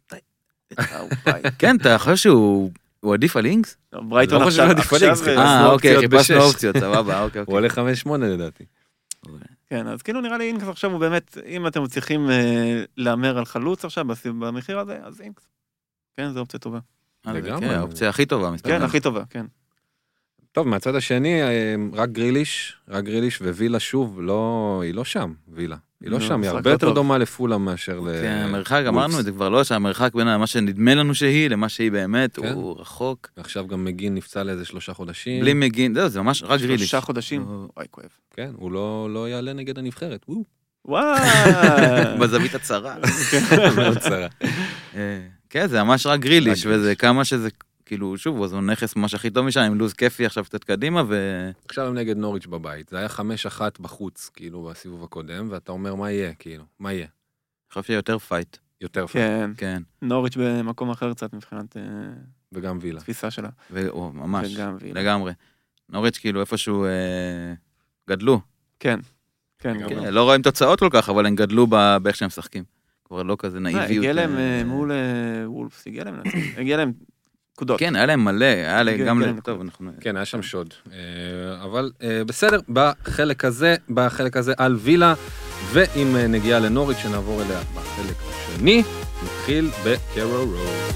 כן, אתה חושב שהוא עדיף על אינגס? ברייטון לא חושב שהוא עדיף על אינגס, אה, אוקיי, חיפשנו אופציות, סבבה, אוקיי. הוא עולה חמש שמונה לדעתי. כן, אז כאילו נראה לי אינגס עכשיו הוא באמת, אם אתם צריכים לאמר על חלוץ עכשיו במחיר הזה, אז אינגס. כן, זו אופציה טובה. האופציה הכי טובה. כן, הכי טובה, כן. טוב, מהצד השני, רק גריליש, רק גריליש ווילה שוב, לא, היא לא שם, וילה. היא לא שם, היא הרבה יותר דומה לפולאם מאשר ל... כן, המרחק, אמרנו את זה כבר לא, שהמרחק בין מה שנדמה לנו שהיא, למה שהיא באמת, הוא רחוק. ועכשיו גם מגין נפצע לאיזה שלושה חודשים. בלי מגין, זה ממש רק גריליש. שלושה חודשים, וואי, כואב. כן, הוא לא יעלה נגד הנבחרת, וואו. וואו. בזווית הצרה. מאוד צרה. כן, זה ממש רק גריליש, וזה כמה שזה... כאילו, שוב, זה נכס ממש הכי טוב משם, עם לוז כיפי עכשיו קצת קדימה, ו... עכשיו הם נגד נוריץ' בבית, זה היה חמש אחת בחוץ, כאילו, בסיבוב הקודם, ואתה אומר, מה יהיה, כאילו, מה יהיה? אני חושב שיהיה יותר פייט. יותר פייט. כן, כן. נוריץ' במקום אחר קצת מבחינת... וגם וילה. תפיסה שלה. או, ממש, וגם וילה. לגמרי. נוריץ' כאילו איפשהו גדלו. כן, כן. לא רואים תוצאות כל כך, אבל הם גדלו באיך שהם משחקים. כבר לא כזה נאיביות. הגיע להם מול וולפס, הגיע להם, הגיע להם נקודות. כן, היה להם מלא, היה להם גם להם, טוב, אנחנו... כן, היה שם שוד. אבל בסדר, בחלק הזה, בחלק הזה על וילה, ואם נגיע לנוריץ' שנעבור אליה בחלק השני, נתחיל בקרו רוד.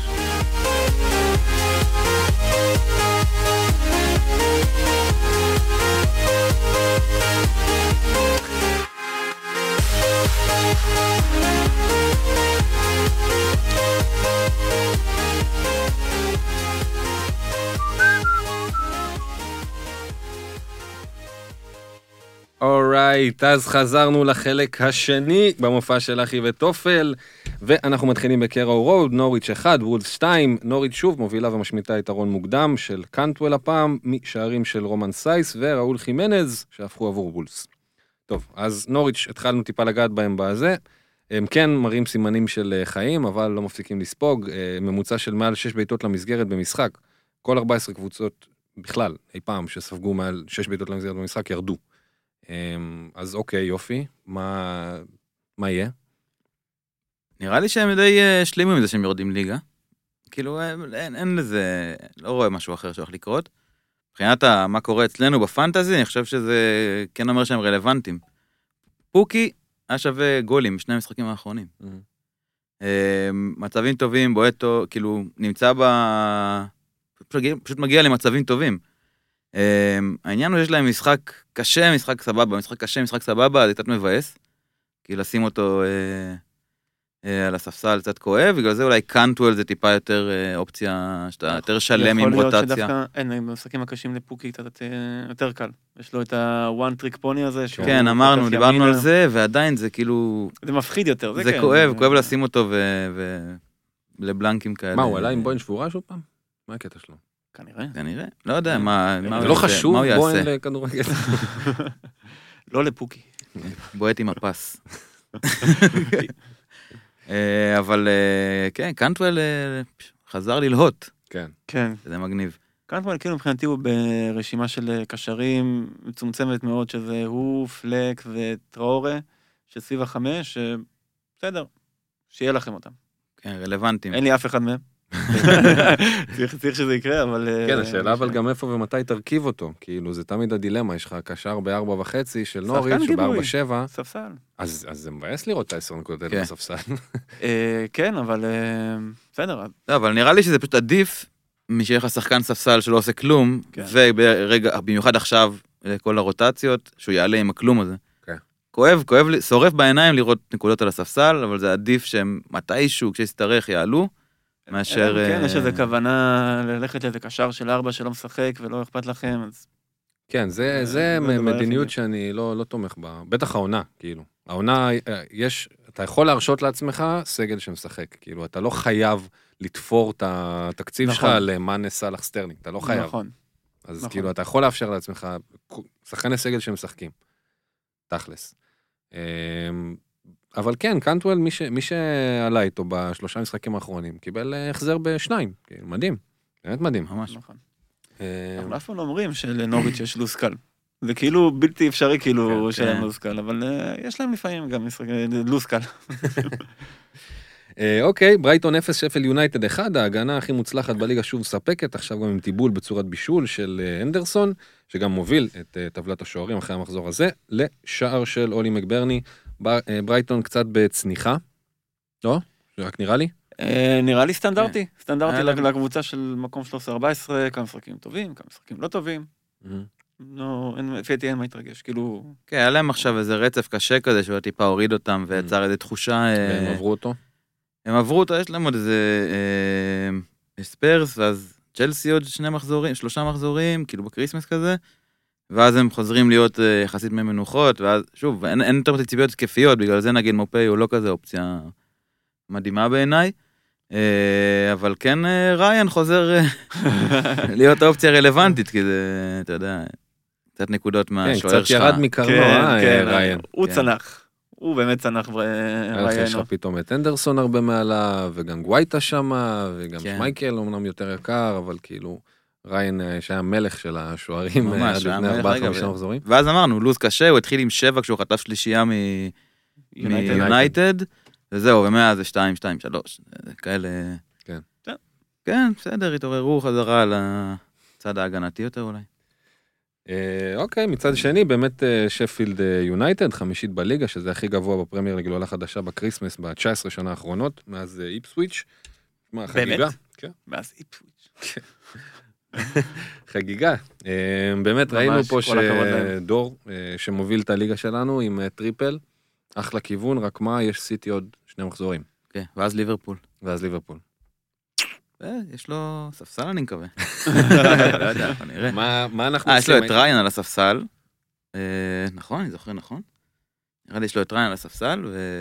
אורייט, אז חזרנו לחלק השני במופע של אחי וטופל, ואנחנו מתחילים בקרו רוד, נוריץ' אחד, וולס שתיים, נוריץ' שוב מובילה ומשמיטה יתרון מוקדם של קנטוול הפעם, משערים של רומן סייס וראול חימנז, שהפכו עבור וולס. טוב, אז נוריץ' התחלנו טיפה לגעת בהם בזה, הם כן מראים סימנים של חיים, אבל לא מפסיקים לספוג, ממוצע של מעל שש בעיטות למסגרת במשחק, כל ארבע עשרה קבוצות בכלל, אי פעם שספגו מעל שש בעיטות למסגרת במשחק, ירדו. אז אוקיי, יופי, מה, מה יהיה? נראה לי שהם די שלימו עם זה שהם יורדים ליגה. כאילו, אין, אין לזה, לא רואה משהו אחר שהולך לקרות. מבחינת מה קורה אצלנו בפנטזי, אני חושב שזה כן אומר שהם רלוונטיים. פוקי היה שווה גולים בשני המשחקים האחרונים. Mm-hmm. מצבים טובים, בועטו, כאילו, נמצא ב... פשוט מגיע למצבים טובים. העניין הוא שיש להם משחק קשה, משחק סבבה, משחק קשה, משחק סבבה, זה קצת מבאס, כי לשים אותו על הספסל קצת כואב, בגלל זה אולי קנטוול זה טיפה יותר אופציה, שאתה יותר שלם עם רוטציה. יכול להיות שדווקא, אין, במשחקים הקשים לפוקי קצת יותר קל, יש לו את ה-one trick pony הזה. כן, אמרנו, דיברנו על זה, ועדיין זה כאילו... זה מפחיד יותר, זה כן. זה כואב, כואב לשים אותו ולבלנקים כאלה. מה, הוא עלה עם בוין שבורה שוב פעם? מה הקטע שלו? כנראה. כנראה. לא יודע, מה... זה לא חשוב בוין לכדורגל. לא לפוקי. בועט עם הפס. אבל כן, קנטוול חזר ללהות. כן. כן. זה מגניב. קנטוול כאילו מבחינתי הוא ברשימה של קשרים מצומצמת מאוד, שזה הוא, פלק וטראורה, שסביב החמש, בסדר, שיהיה לכם אותם. כן, רלוונטיים. אין לי אף אחד מהם. צריך שזה יקרה, אבל... כן, השאלה אבל גם איפה ומתי תרכיב אותו, כאילו זה תמיד הדילמה, יש לך קשר בארבע וחצי של נוריץ' שבארבע שבע, ספסל. אז זה מבאס לראות את העשר נקודות האלה בספסל. כן, אבל בסדר. אבל נראה לי שזה פשוט עדיף, מי שיהיה לך שחקן ספסל שלא עושה כלום, וברגע, במיוחד עכשיו, לכל הרוטציות, שהוא יעלה עם הכלום הזה. כואב, כואב, שורף בעיניים לראות נקודות על הספסל, אבל זה עדיף שהם מתישהו, כשיסתרך, יעלו, מאשר... כן, יש איזו כוונה ללכת לאיזה קשר של ארבע שלא משחק ולא אכפת לכם, אז... כן, זה מדיניות שאני לא תומך בה, בטח העונה, כאילו. העונה, יש, אתה יכול להרשות לעצמך סגל שמשחק, כאילו, אתה לא חייב לתפור את התקציב שלך למאנה סלאח סטרלינג, אתה לא חייב. נכון. אז כאילו, אתה יכול לאפשר לעצמך שחקני סגל שמשחקים, תכלס. אבל כן, קנטוול, מי, ש, מי שעלה איתו בשלושה משחקים האחרונים, קיבל החזר בשניים, מדהים, באמת מדהים. ממש. נכון. אנחנו אף פעם לא אומרים שלנוריץ' יש לו"ז קל. זה כאילו בלתי אפשרי כאילו שלהם לו"ז קל, אבל יש להם לפעמים גם לו"ז קל. אוקיי, ברייטון אפס, שפל יונייטד אחד, ההגנה הכי מוצלחת בליגה שוב ספקת, עכשיו גם עם טיבול בצורת בישול של אנדרסון, שגם מוביל את טבלת השוערים אחרי המחזור הזה, לשער של אולי מקברני, ברייטון קצת בצניחה, לא? רק נראה לי? נראה לי סטנדרטי, סטנדרטי לקבוצה של מקום שלוש עשרה ארבע עשרה, כמה משחקים טובים, כמה משחקים לא טובים. לא, לפי דעתי אין מה להתרגש, כאילו... כן, היה להם עכשיו איזה רצף קשה כזה, שהוא טיפה הוריד אותם, ויצר איזו תחושה... והם עברו אותו? הם עברו אותו, יש להם עוד איזה... ספרס, ואז צ'לסי עוד שני מחזורים, שלושה מחזורים, כאילו בקריסמס כזה, ואז הם חוזרים להיות יחסית ממנוחות, ואז, שוב, אין, אין יותר ציפיות תקפיות, בגלל זה נגיד מופי הוא לא כזה אופציה מדהימה בעיניי, אבל כן ריין חוזר להיות האופציה רלוונטית, כי זה, אתה יודע, קצת נקודות מהשוער שלך. כן, קצת ירד מקרנו, אה, ריין. הוא צנח, הוא באמת צנח ריין. יש לך פתאום את אנדרסון הרבה מעלה, וגם גווייטה שמה, וגם שמייקל אומנם יותר יקר, אבל כאילו... ריין שהיה מלך של השוערים עד לפני ארבעה חמישה מחזורים. ואז אמרנו, לוז קשה, הוא התחיל עם שבע כשהוא חטף שלישייה מיונייטד, וזהו, ומאה זה שתיים, שתיים, שלוש, כאלה... כן. כן, בסדר, התעוררו חזרה לצד ההגנתי יותר אולי. אוקיי, מצד שני, באמת שפילד יונייטד, חמישית בליגה, שזה הכי גבוה בפרמייר ליג, עולה חדשה בקריסמס, ב-תשע עשרה שנה האחרונות, מאז איפסוויץ'. באמת? מאז איפסוויץ'. חגיגה. באמת ראינו פה שדור שמוביל את הליגה שלנו עם טריפל, אחלה כיוון, רק מה, יש סיטי עוד שני מחזורים. כן, ואז ליברפול. ואז ליברפול. יש לו ספסל אני מקווה. לא יודע, נראה. מה אנחנו עושים? יש לו את ריין על הספסל. נכון, אני זוכר נכון. נראה לי יש לו את ריין על הספסל,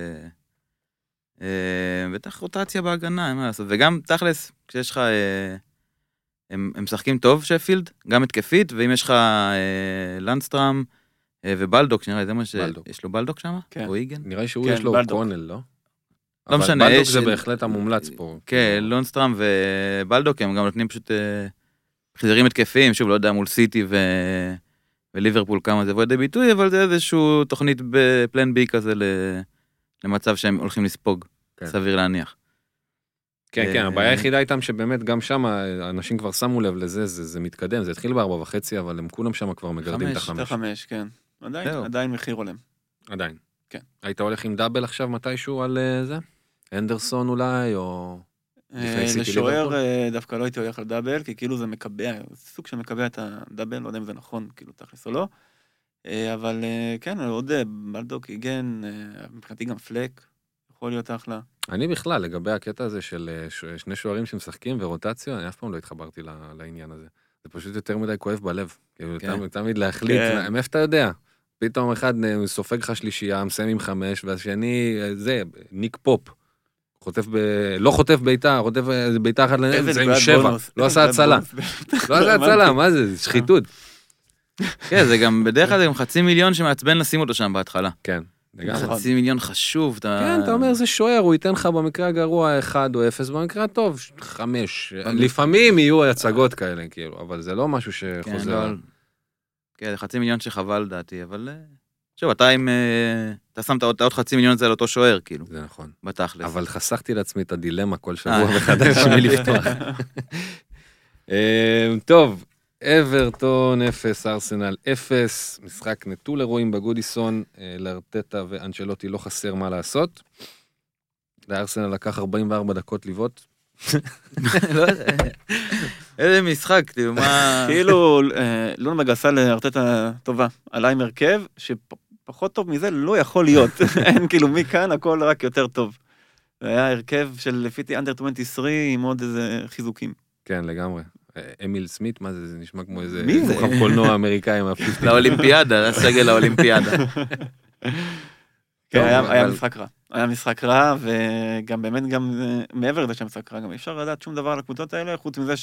ובטח רוטציה בהגנה, אין מה לעשות. וגם תכלס, כשיש לך... הם, הם משחקים טוב שפילד, גם התקפית, ואם יש לך אה, לנדסטראם אה, ובלדוק, שנראה לי, זה מה ש... בלדוק. יש לו בלדוק שם? כן. או איגן? נראה לי שהוא כן, יש לו בלדוק. קונל, לא? לא משנה. בלדוק יש... זה בהחלט המומלץ פה. כן, כאילו... לנדסטראם ובלדוק, הם גם נותנים פשוט אה, חזרים התקפיים, שוב, לא יודע, מול סיטי ו... וליברפול כמה זה בוא ביטוי, אבל זה איזשהו תוכנית בפלן בי כזה ל... למצב שהם הולכים לספוג, כן. סביר להניח. כן, כן, הבעיה היחידה איתם שבאמת גם שם, אנשים כבר שמו לב לזה, זה, זה מתקדם, זה התחיל בארבע וחצי, אבל הם כולם שם כבר מגרדים את החמש. את החמש, כן. עדיין, עדיין מחיר עולם. עדיין. כן. היית הולך עם דאבל עכשיו מתישהו על זה? אנדרסון אולי, או... לשוער דווקא לא הייתי הולך על דאבל, כי כאילו זה מקבע, סוג של מקבע את הדאבל, לא יודע אם זה נכון, כאילו תכלס או לא. אבל כן, עוד בלדוק, איגן, מבחינתי גם פלק, יכול להיות אחלה. אני בכלל, לגבי הקטע הזה של שני שוערים שמשחקים ורוטציה, אני אף פעם לא התחברתי לעניין הזה. זה פשוט יותר מדי כואב בלב. תמיד להחליט, מאיפה אתה יודע? פתאום אחד סופג לך שלישייה, מסיים עם חמש, והשני, זה, ניק פופ. חוטף ב... לא חוטף ביתה, חוטף ביתה אחת לנהל, זה עם שבע. לא עשה הצלה. לא עשה הצלה, מה זה? זה שחיתות. כן, זה גם, בדרך כלל זה גם חצי מיליון שמעצבן לשים אותו שם בהתחלה. כן. חצי מיליון חשוב. כן, אתה אומר, זה שוער, הוא ייתן לך במקרה הגרוע אחד או אפס, במקרה הטוב, חמש. לפעמים יהיו הצגות כאלה, כאילו, אבל זה לא משהו שחוזר. כן, זה חצי מיליון שחבל דעתי, אבל... שוב, אתה אם... אתה שמת עוד חצי מיליון זה על אותו שוער, כאילו. זה נכון. בתכלס. אבל חסכתי לעצמי את הדילמה כל שבוע מחדש מלפתוח. טוב. אברטון אפס, ארסנל אפס, משחק נטול אירועים בגודיסון, לארטטה ואנצ'לוטי לא חסר מה לעשות. לארסנל לקח ארבעים וארבע דקות לבעוט. איזה משחק, כאילו מה... כאילו, לא מגסה לארטטה טובה, עלה עם הרכב שפחות טוב מזה לא יכול להיות. אין כאילו מכאן הכל רק יותר טוב. זה היה הרכב של לפיתי אנדר עשרים עם עוד איזה חיזוקים. כן, לגמרי. אמיל סמית, מה זה? זה נשמע כמו איזה כוכב קולנוע אמריקאי מהפיפטים. לאולימפיאדה, הסגל לאולימפיאדה. כן, היה משחק רע. היה משחק רע, וגם באמת גם מעבר לזה שהמשחק רע, גם אי אפשר לדעת שום דבר על הקבוצות האלה, חוץ מזה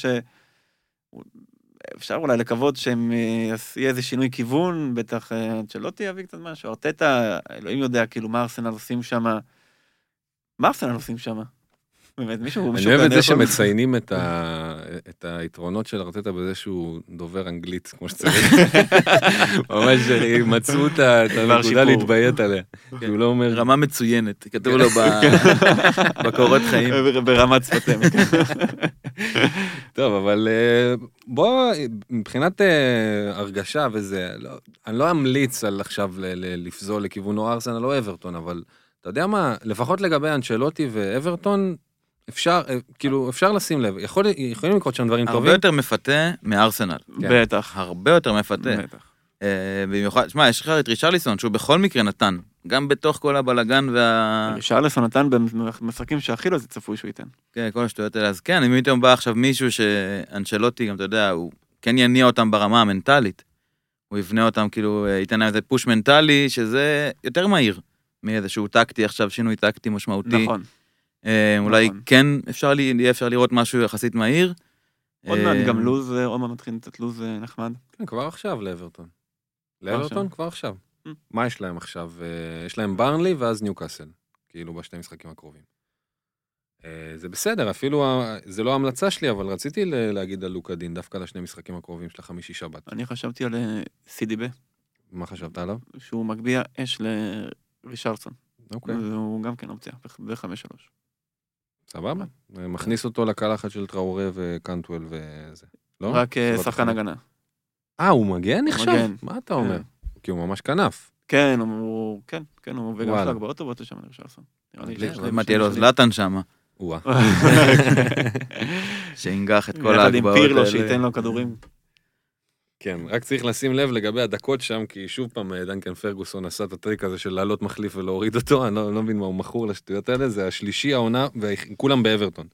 שאפשר אולי לקוות שהם יהיה איזה שינוי כיוון, בטח שלא תיאבי קצת משהו. ארטטה, אלוהים יודע, כאילו, מה ארסנל עושים שם? מה ארסנל עושים שם? באמת, מישהו... אני אוהב את זה שמציינים את היתרונות של ארטטה בזה שהוא דובר אנגלית, כמו שצריך. ממש מצאו את הנקודה להתביית עליה. הוא לא אומר... רמה מצוינת, כתוב לו בקורות חיים. ברמת שפתם. טוב, אבל בוא, מבחינת הרגשה וזה, אני לא אמליץ על עכשיו לפזול לכיוון או ארסנל או אברטון, אבל אתה יודע מה, לפחות לגבי אנצ'לוטי ואברטון, אפשר, כאילו, אפשר לשים לב, יכול, יכולים לקרות שם דברים הרבה טובים. יותר מפתה מארסנל. בטח. הרבה יותר מפתה. בטח. במיוחד, שמע, יש לך את ריצ'רליסון, שהוא בכל מקרה נתן, גם בתוך כל הבלגן וה... ריצ'רליסון נתן במשחקים שהכי לא זה צפוי שהוא ייתן. כן, כל השטויות האלה. אז כן, אם פתאום בא עכשיו מישהו שאנשלוטי, גם אתה יודע, הוא כן יניע אותם ברמה המנטלית. הוא יבנה אותם, כאילו, ייתן להם איזה פוש מנטלי, שזה יותר מהיר מאיזשהו טקטי, עכשיו שינוי טקטי משמעותי. נכון. אולי כן יהיה אפשר לראות משהו יחסית מהיר. עוד מעט גם לוז, עוד מעט נתחיל קצת לוז נחמד. כן, כבר עכשיו לאברטון. לאברטון כבר עכשיו. מה יש להם עכשיו? יש להם ברנלי ואז ניוקאסל, כאילו בשני משחקים הקרובים. זה בסדר, אפילו, זה לא ההמלצה שלי, אבל רציתי להגיד על לוקדין, דווקא לשני משחקים הקרובים של החמישי שבת. אני חשבתי על סידיבה. מה חשבת עליו? שהוא מגביע אש לרישרסון. אוקיי. והוא גם כן אופציה, ב-חמש שלוש. סבבה. מכניס אותו לקלחת של טראורה וקנטואל וזה. לא? רק שחקן הגנה. אה, הוא מגן נחשב? מגן. מה אתה אומר? כי הוא ממש כנף. כן, הוא, כן, כן, הוא וגם שלג באוטובוט שם לרישרסון. מה תהיה לו זלטן שם? וואה. שינגח את כל ההגבעות האלה. יחד עם פירלו שייתן לו כדורים. כן, רק צריך לשים לב לגבי הדקות שם, כי שוב פעם דנקן פרגוסון עשה את הטריק הזה של לעלות מחליף ולהוריד אותו, אני לא, לא מבין מה הוא מכור לשטויות האלה, זה השלישי העונה, וכולם באברטון.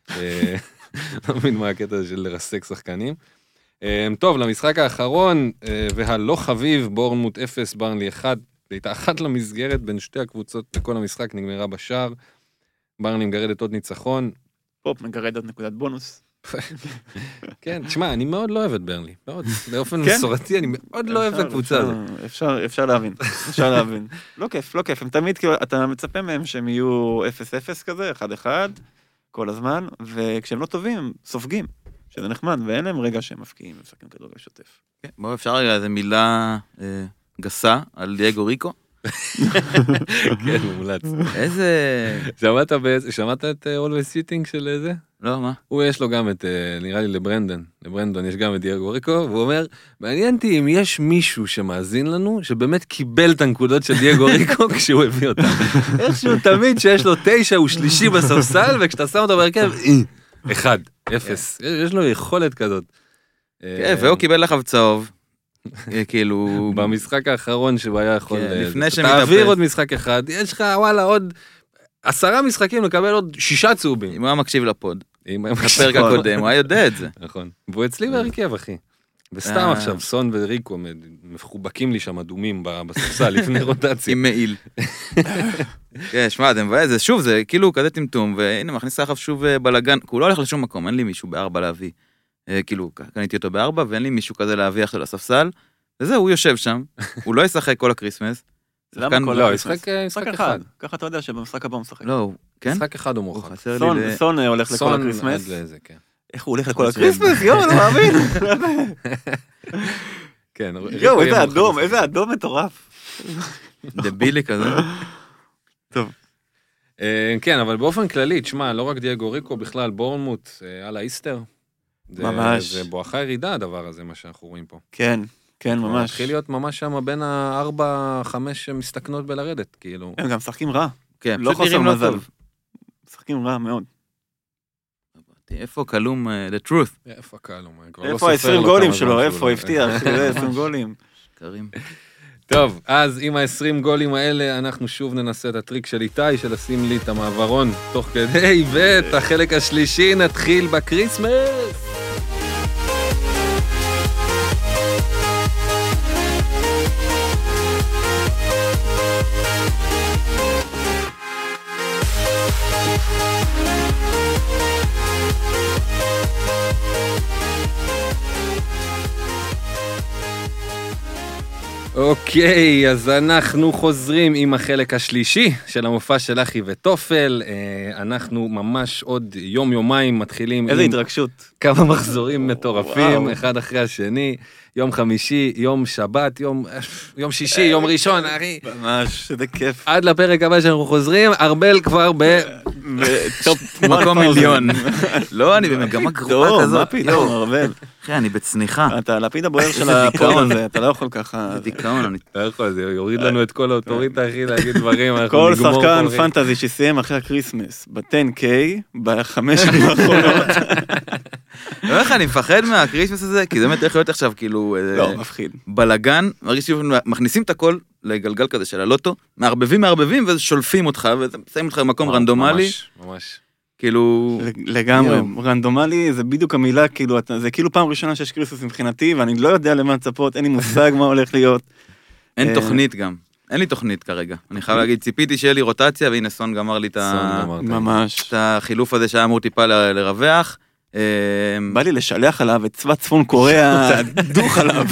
לא מבין מה הקטע הזה של לרסק שחקנים. טוב, למשחק האחרון, והלא חביב, בורנמוט אפס, ברנלי אחד, הייתה אחת למסגרת בין שתי הקבוצות, לכל המשחק נגמרה בשער, ברנלי מגרדת עוד ניצחון. פופ מגרד עוד נקודת בונוס. כן, תשמע, אני מאוד לא אוהב את ברנלי, מאוד, באופן מסורתי, אני מאוד לא אוהב את הקבוצה הזאת. אפשר להבין, אפשר להבין. לא כיף, לא כיף, הם תמיד, כאילו, אתה מצפה מהם שהם יהיו אפס אפס כזה, אחד אחד, כל הזמן, וכשהם לא טובים, הם סופגים, שזה נחמד, ואין להם רגע שהם מפקיעים, מפסקים כדורגל שוטף. בואו, אפשר רגע איזו מילה גסה על דייגו ריקו? כן, מומלץ. איזה... שמעת את Always Sitting של איזה? לא, מה? הוא יש לו גם את, נראה לי לברנדון, לברנדון יש גם את דייגו ריקו, והוא אומר, מעניין אותי אם יש מישהו שמאזין לנו, שבאמת קיבל את הנקודות של דייגו ריקו כשהוא הביא אותם. איכשהו תמיד שיש לו תשע, הוא שלישי בספסל, וכשאתה שם אותו בהרכב, אחד, אפס. יש לו יכולת כזאת. כן, והוא קיבל לך צהוב. כאילו... במשחק האחרון שהוא היה יכול... לפני שמתאפס. תעביר עוד משחק אחד, יש לך וואלה עוד עשרה משחקים לקבל עוד שישה צהובים. אם הוא היה מקשיב לפוד. הפרק הקודם, הוא היה יודע את זה. נכון. והוא אצלי בהרכב, אחי. וסתם עכשיו, סון וריקו מחובקים לי שם אדומים בספסל לפני רוטציה. עם מעיל. כן, שמע, זה מבאס, זה שוב, זה כאילו כזה טמטום, והנה מכניס לך שוב בלגן, כי הוא לא הולך לשום מקום, אין לי מישהו בארבע להביא. כאילו, קניתי אותו בארבע, ואין לי מישהו כזה להביא עכשיו לספסל, וזהו, הוא יושב שם, הוא לא ישחק כל הקריסמס. למה כל לא, הקריסמס? משחק אחד. ככה אתה יודע שבמשחק הבא הוא משחק. לא, כן? משחק אחד הוא מורחק. סון הולך לכל הקריסמס. איך הוא הולך לכל הקריסמס? יואו, לא מאמין. כן. יואו, איזה אדום, איזה אדום מטורף. דבילי כזה. טוב. כן, אבל באופן כללי, תשמע, לא רק דייגו ריקו, בכלל בורנמוט, על האיסטר. ממש. זה בואכה ירידה הדבר הזה, מה שאנחנו רואים פה. כן, כן, ממש. התחיל להיות ממש שם בין הארבע, חמש מסתכנות בלרדת, כאילו. הם גם משחקים רע. כן, לא חוסר מזל. משחקים רע מאוד. איפה קלום, the truth? איפה קלום? איפה ה-עשרים גולים שלו? איפה הבטיח? עשרים גולים. קרים. טוב, אז עם ה-עשרים גולים האלה, אנחנו שוב ננסה את הטריק של איתי, של לשים לי את המעברון תוך כדי, ואת החלק השלישי נתחיל בקריסמס. אוקיי, אז אנחנו חוזרים עם החלק השלישי של המופע של אחי וטופל. אנחנו ממש עוד יום-יומיים מתחילים איזה עם התרגשות. כמה מחזורים מטורפים, אחד אחרי השני, יום חמישי, יום שבת, יום, יום שישי, יום ראשון, אחי. ממש, זה כיף. עד לפרק הבא שאנחנו חוזרים, ארבל כבר ב... בטופ מקום מיליון. לא, אני במגמה גרועה כזאת. מה פתאום, ארבל? אחי, אני בצניחה. אתה הלפיד הבוער של הפוד הזה, אתה לא יכול ככה. זה דיכאון, אני... לא יכול, זה יוריד לנו את כל האוטוריטה, אחי, להגיד דברים, אנחנו כל נגמור שחקן כל פנטזי שסיים אחרי הקריסמס, ב-עשר קיי, בחמש שנים האחרונות. לא איך אני מפחד מהקריסמס הזה, כי זה באמת איך להיות עכשיו, כאילו... לא, מפחיד. בלגן, מרגיש שמכניסים את הכל לגלגל כזה של הלוטו, מערבבים מערבבים ושולפים אותך, ושמים אותך במקום רנדומלי. ממש, ממש. כאילו... לגמרי, רנדומלי זה בדיוק המילה, כאילו, זה כאילו פעם ראשונה שיש קריסמס מבחינתי, ואני לא יודע למה לצפות, אין לי מושג מה הולך להיות. אין תוכנית גם. אין לי תוכנית כרגע. אני חייב להגיד, ציפיתי שיהיה לי רוטציה, והנה סון גמר לי את החילוף הזה שהיה אמור טיפה לרווח. בא לי לשלח עליו את צבא צפון קוריאה, דוך עליו.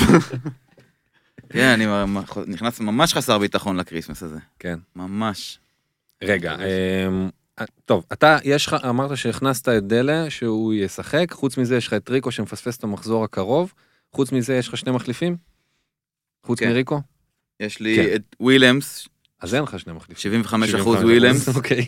כן, אני נכנס ממש חסר ביטחון לקריסמס הזה. כן. ממש. רגע, טוב, אתה, יש לך, אמרת שהכנסת את דלה שהוא ישחק, חוץ מזה יש לך את ריקו שמפספס את המחזור הקרוב, חוץ מזה יש לך שני מחליפים? חוץ מריקו? יש לי את ווילמס. אז אין לך שני מחליפים. שבעים וחמישה אחוז ווילמס. אוקיי.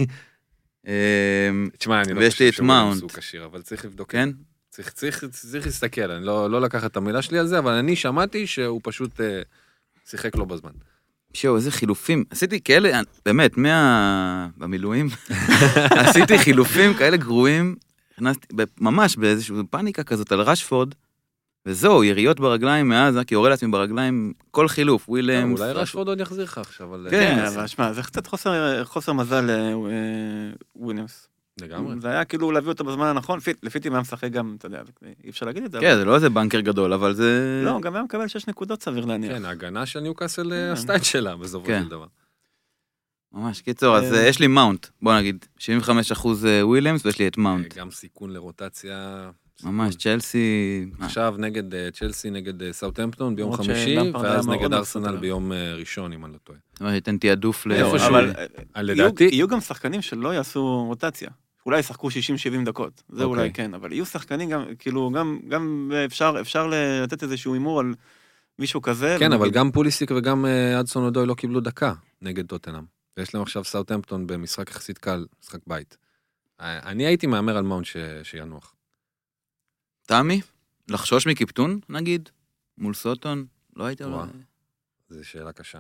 תשמע, אני לא ויש לי את מאונט. אבל צריך לבדוק. כן? צריך, צריך, צריך להסתכל, אני לא, לא לקחת את המילה שלי על זה, אבל אני שמעתי שהוא פשוט אה, שיחק לו בזמן. שואו, איזה חילופים. עשיתי כאלה, באמת, מה... במילואים, עשיתי חילופים כאלה גרועים, הכנסתי ממש באיזושהי פאניקה כזאת על רשפורד, וזהו, יריות ברגליים מאז, כי יורה לעצמי ברגליים, כל חילוף, ווילמס. אולי רשפורד עוד יחזיר לך עכשיו. כן, אבל שמע, זה קצת חוסר מזל ווילמס. לגמרי. זה היה כאילו להביא אותו בזמן הנכון, לפיתי מה משחק גם, אתה יודע, אי אפשר להגיד את זה. כן, זה לא איזה בנקר גדול, אבל זה... לא, גם היה מקבל שש נקודות סביר להניח. כן, ההגנה של ניוקאסל עשתה את שלה בסופו של דבר. ממש, קיצור, אז יש לי מאונט, בוא נגיד, שבעים וחמישה אחוז ווילמס, ויש לי את מאונט. גם סיכון לרוטציה. ממש, צ'לסי... עכשיו נגד צ'לסי, נגד סאוטהמפטון ביום חמישי, ואז נגד ארסנל ביום ראשון, אם אני לא טועה. זאת אומרת, ייתן תיעדוף לאיפשהו. לדעתי... יהיו גם שחקנים שלא יעשו רוטציה. אולי ישחקו שישים שבעים דקות, זה אולי כן, אבל יהיו שחקנים גם, כאילו, גם אפשר, אפשר לתת איזשהו אימור על מישהו כזה. כן, אבל גם פוליסיק וגם אדסון אודוי לא קיבלו דקה נגד טוטנהאם. ויש להם עכשיו סאוטהמפטון במשחק יחסית קל, משחק בית. אני הייתי מאמר על מאונט שינוח. תמי, לחשוש מקיפטון, נגיד, מול סוטון, לא הייתי... זו שאלה קשה.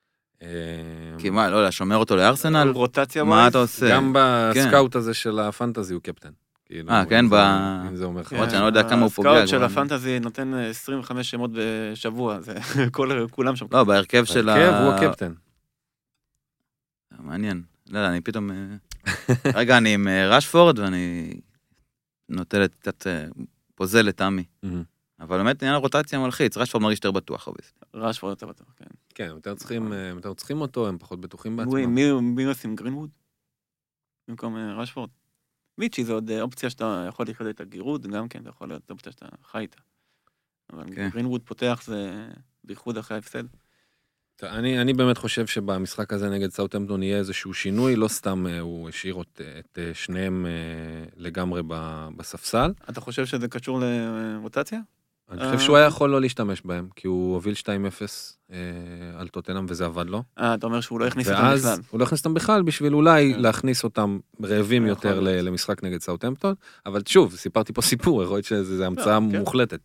כי מה, לא, לשומר אותו לארסנל? רוטציה מה אתה עושה? גם בסקאוט הזה של הפנטזי הוא קפטן. אה, כן, ב... אם זה אומר לך. אני לא יודע כמה הוא פוגע. הסקאוט של הפנטזי נותן עשרים וחמש שמות בשבוע, זה כולם שם. לא, בהרכב של ה... בהרכב הוא הקפטן. מעניין. לא, לא, אני פתאום... רגע, אני עם רשפורד ואני נוטל את קצת פוזל לטעמי. אבל באמת עניין הרוטציה מלחיץ, רשפורד מרגיש יותר בטוח. רשפורד יותר בטוח, כן. כן, הם יותר צריכים אותו, הם פחות בטוחים בעצמם. מי עושים גרינווד? במקום רשפורד. מיצ'י זה עוד אופציה שאתה יכול לחיות את הגירוד, גם כן, זה יכול להיות אופציה שאתה חי איתה. אבל גרינווד פותח זה בייחוד אחרי ההפסד. אני, אני באמת חושב שבמשחק הזה נגד סאוטהמפטון יהיה איזשהו שינוי, לא סתם הוא השאיר את, את שניהם לגמרי בספסל. אתה חושב שזה קשור לרוטציה? אני חושב שהוא היה יכול לא להשתמש בהם, כי הוא הוביל שתיים אפס על טוטנהאם וזה עבד לו. אה, אתה אומר שהוא לא הכניס אותם בכלל. ואז הוא לא הכניס אותם בכלל בשביל אולי להכניס אותם רעבים יותר למשחק נגד סאוטהמפטון, אבל שוב, סיפרתי פה סיפור, יכול להיות שזה המצאה מוחלטת.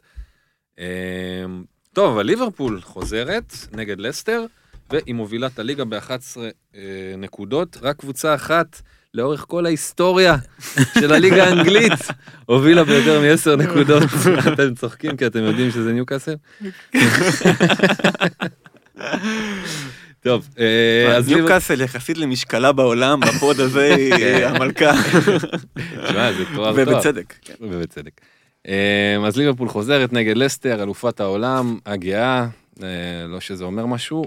טוב, אבל ליברפול חוזרת נגד לסטר, והיא מובילה את הליגה ב-אחת עשרה נקודות, רק קבוצה אחת לאורך כל ההיסטוריה של הליגה האנגלית, הובילה ביותר מ-עשר נקודות. אתם צוחקים כי אתם יודעים שזה ניוקאסל? טוב, אז ניוקאסל יחסית למשקלה בעולם, בפוד הזה היא המלכה. ובצדק. ובצדק. אז ליברפול חוזרת נגד לסטר, אלופת העולם, הגאה, לא שזה אומר משהו.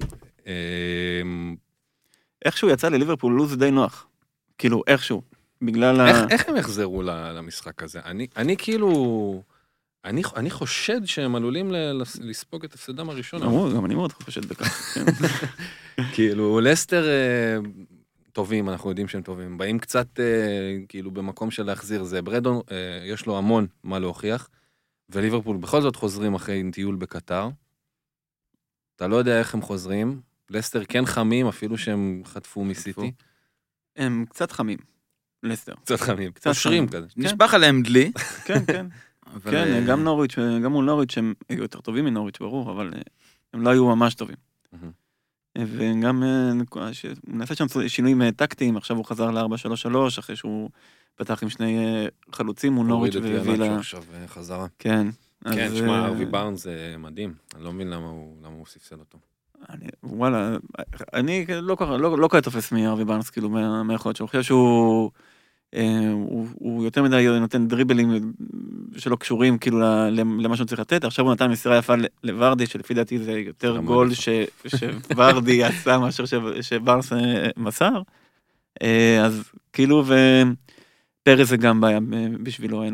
איכשהו יצא לליברפול לוז די נוח. כאילו, איכשהו. בגלל ה... איך הם יחזרו למשחק הזה? אני כאילו... אני חושד שהם עלולים לספוג את הפסדם הראשון. גם אני מאוד חושד בכך. כאילו, לסטר... טובים, אנחנו יודעים שהם טובים. באים קצת, אה, כאילו, במקום של להחזיר זה. ברדון, אה, יש לו המון מה להוכיח, וליברפול בכל זאת חוזרים אחרי טיול בקטר. אתה לא יודע איך הם חוזרים. לסטר כן חמים, אפילו שהם חטפו מסיטי. הם קצת חמים, לסטר. קצת חמים, קצת שרים כזה. נשפך עליהם דלי. כן, כן. כן, גם נוריץ', גם מול נוריץ' הם היו יותר טובים מנוריץ', ברור, אבל הם לא היו ממש טובים. וגם נעשה שם שינויים טקטיים, עכשיו הוא חזר ל-ארבע שלוש שלוש, אחרי שהוא פתח עם שני חלוצים מול נוריץ' והביא לה... עכשיו חזרה. כן. כן, תשמע, ארווי בארנס זה מדהים, אני לא מבין למה הוא ספסל אותו. וואלה, אני לא כזה תופס מארווי בארנס, כאילו, מהיכולת שלו, אני חושב שהוא... הוא יותר מדי נותן דריבלים שלא קשורים כאילו למה שהוא צריך לתת, עכשיו הוא נתן מסירה יפה לוורדי, שלפי דעתי זה יותר גול שוורדי עשה מאשר שבארנס מסר, אז כאילו, ופרס זה גם בעיה בשבילו,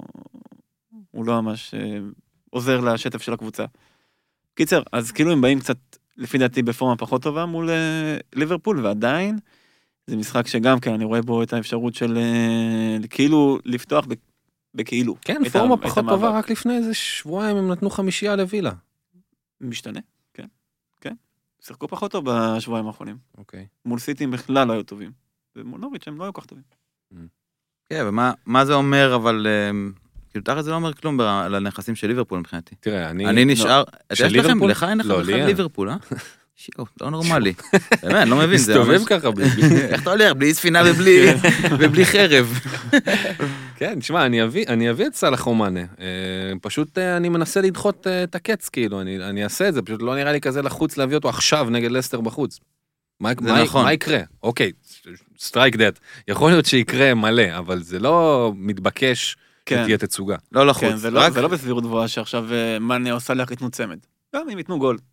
הוא לא ממש עוזר לשטף של הקבוצה. קיצר, אז כאילו הם באים קצת, לפי דעתי, בפורמה פחות טובה מול ליברפול, ועדיין, זה משחק שגם כן, אני רואה בו את האפשרות של כאילו לפתוח בכאילו. כן, פורמה פחות טובה, רק לפני איזה שבועיים הם נתנו חמישייה לווילה. משתנה, כן, כן. שיחקו פחות טוב בשבועיים האחרונים. אוקיי. מול סיטים בכלל לא היו טובים. ומול נוריץ' הם לא היו כל כך טובים. כן, ומה זה אומר, אבל... כאילו, תחת זה לא אומר כלום על הנכסים של ליברפול מבחינתי. תראה, אני... אני נשאר... יש לכם, לך אין לך בכלל ליברפול, אה? שיו, לא נורמלי. באמת, אני לא מבין. מסתובב ככה בלי... איך אתה הולך? בלי ספינה ובלי חרב. כן, תשמע, אני אביא את סלאח אומאנה. פשוט אני מנסה לדחות את הקץ, כאילו, אני אעשה את זה, פשוט לא נראה לי כזה לחוץ להביא אותו עכשיו נגד לסטר בחוץ. מה יקרה? אוקיי, סטרייק דאט. יכול להיות שיקרה מלא, אבל זה לא מתבקש שתהיה תצוגה. לא לחוץ. זה לא בסבירות גבוהה שעכשיו מאנה או סלאח יתנו צמד. גם אם יתנו גול.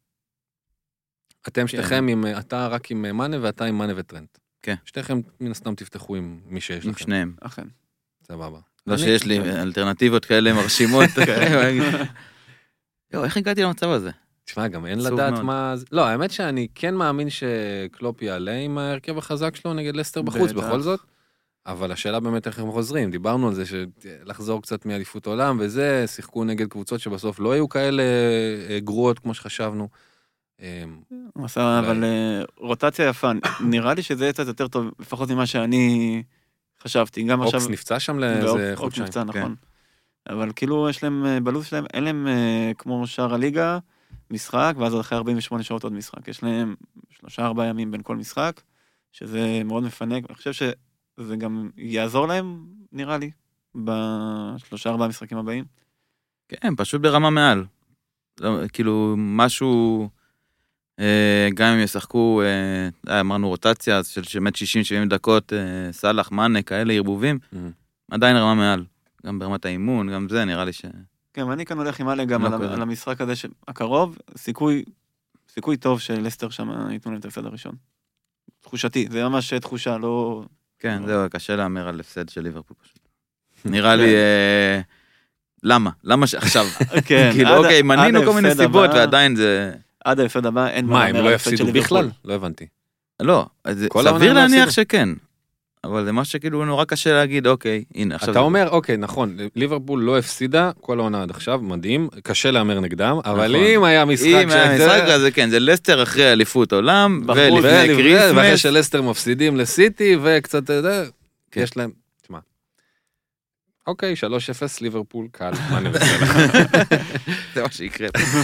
אתם שתיכם עם, אתה רק עם מאנה ואתה עם מאנה וטרנט. כן. שתיכם מן הסתם תפתחו עם מי שיש לכם. עם שניהם. אכן. סבבה. לא שיש לי אלטרנטיבות כאלה מרשימות. יו, איך הגעתי למצב הזה? תשמע, גם אין לדעת מה... לא, האמת שאני כן מאמין שקלופ יעלה עם ההרכב החזק שלו נגד לסטר בחוץ בכל זאת, אבל השאלה באמת איך הם חוזרים. דיברנו על זה שלחזור קצת מאליפות עולם וזה, שיחקו נגד קבוצות שבסוף לא היו כאלה גרועות כמו שחשבנו. הוא עשה אבל רוטציה יפה, נראה לי שזה קצת יותר טוב, לפחות ממה שאני חשבתי. אוקס נפצע שם לאיזה חודשיים. אוקס נפצע, נכון. אבל כאילו יש להם, בלוז שלהם, אין להם כמו שאר הליגה, משחק, ואז אחרי ארבעים ושמונה שעות עוד משחק. יש להם שלושה ארבעה ימים בין כל משחק, שזה מאוד מפנק, אני חושב שזה גם יעזור להם, נראה לי, בשלושה ארבעה משחקים הבאים. כן, פשוט ברמה מעל. כאילו, משהו... גם אם ישחקו, אמרנו רוטציה של באמת שישים שבעים דקות, סלאח, מאנה, כאלה ערבובים, עדיין רמה מעל. גם ברמת האימון, גם זה נראה לי ש... כן, ואני כאן הולך עם מאנה גם על המשחק הזה הקרוב, סיכוי טוב שלסטר שם ייתנו להם את ההפסד הראשון. תחושתי, זה ממש תחושה, לא... כן, זהו, קשה לאמר על הפסד של ליברפול פשוט. נראה לי... למה? למה שעכשיו? כאילו, אוקיי, מנינו כל מיני סיבות, ועדיין זה... עד ההפסד הבא, אין מה, הם לא יפסידו בכלל? לא הבנתי. לא, סביר להניח שכן. אבל זה משהו שכאילו נורא קשה להגיד, אוקיי, הנה, עכשיו... אתה אומר, אוקיי, נכון, ליברפול לא הפסידה כל העונה עד עכשיו, מדהים, קשה לאמר נגדם, אבל אם היה משחק... אם היה משחק הזה, כן, זה לסטר אחרי אליפות עולם, ולפני קריסמס. ואחרי שלסטר מפסידים לסיטי, וקצת, יש להם... תשמע. אוקיי, שלוש אפס, ליברפול, קל, מה נבצע לך? זה מה שיקרה.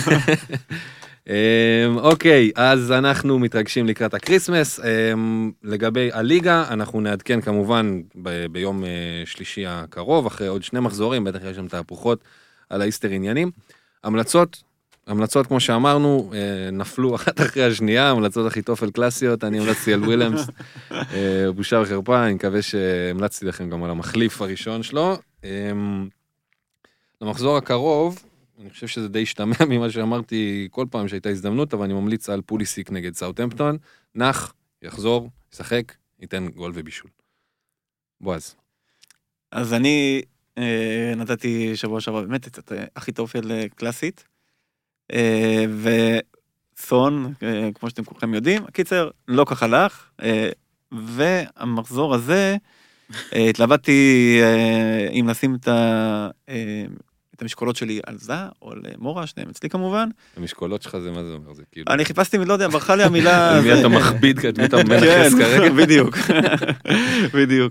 אוקיי, אז אנחנו מתרגשים לקראת הקריסמס. לגבי הליגה, אנחנו נעדכן כמובן ביום שלישי הקרוב, אחרי עוד שני מחזורים, בטח יש שם תהפוכות על האיסטר עניינים. המלצות, המלצות כמו שאמרנו, נפלו אחת אחרי השנייה, המלצות אחיתופל קלאסיות, אני המלצתי על ווילמס, בושה וחרפה, אני מקווה שהמלצתי לכם גם על המחליף הראשון שלו. למחזור הקרוב, אני חושב שזה די השתמע ממה שאמרתי כל פעם שהייתה הזדמנות, אבל אני ממליץ על פוליסיק נגד סאות'המפטון, נח, יחזור, ישחק, ייתן גול ובישול. בועז. אז אני אה, נתתי שבוע שעבר באמת את אחיתופל קלאסית, אה, וסון, אה, כמו שאתם כולכם יודעים, הקיצר, לא כך הלך, אה, והמחזור הזה, התלבטתי אם לשים את ה... את המשקולות שלי על זה, או על מורה, שניהם אצלי כמובן. המשקולות שלך זה מה זה אומר? זה כאילו... אני חיפשתי, לא יודע, ברכה לי המילה... מי אתה מכביד, מי אתה מנחס כרגע? בדיוק, בדיוק.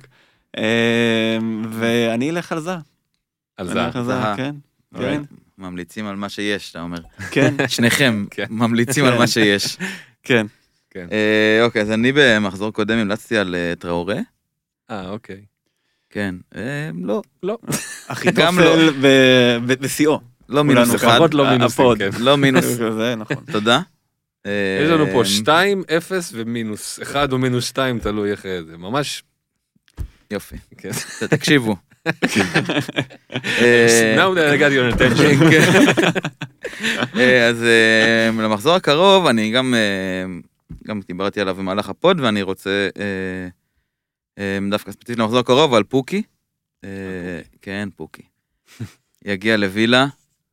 ואני אלך על זה. על זה? על זה, כן. ממליצים על מה שיש, אתה אומר. כן. שניכם ממליצים על מה שיש. כן. אוקיי, אז אני במחזור קודם המלצתי על טראורה. אה, אוקיי. כן, לא. לא. אחיתופל בשיאו. לא מינוס אחד. לא מינוסים, כן. לא מינוס. זה נכון. תודה. יש לנו פה שתיים, אפס ומינוס. אחד או מינוס שתיים, תלוי איך זה. ממש... יופי. תקשיבו. Now that I got your attention. אז למחזור הקרוב, אני גם... גם דיברתי עליו במהלך הפוד, ואני רוצה... דווקא ספציפית למחזור הקרוב, על פוקי. כן, פוקי. יגיע לווילה,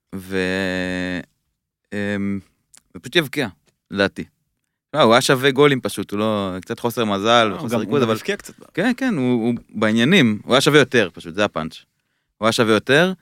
ופשוט יבקיע, לדעתי. הוא היה שווה גולים פשוט, הוא לא... קצת חוסר מזל, וחוסר ריקוד, אבל... כן, כן, הוא בעניינים. הוא היה שווה יותר, פשוט, זה הפאנץ'. הוא היה שווה יותר,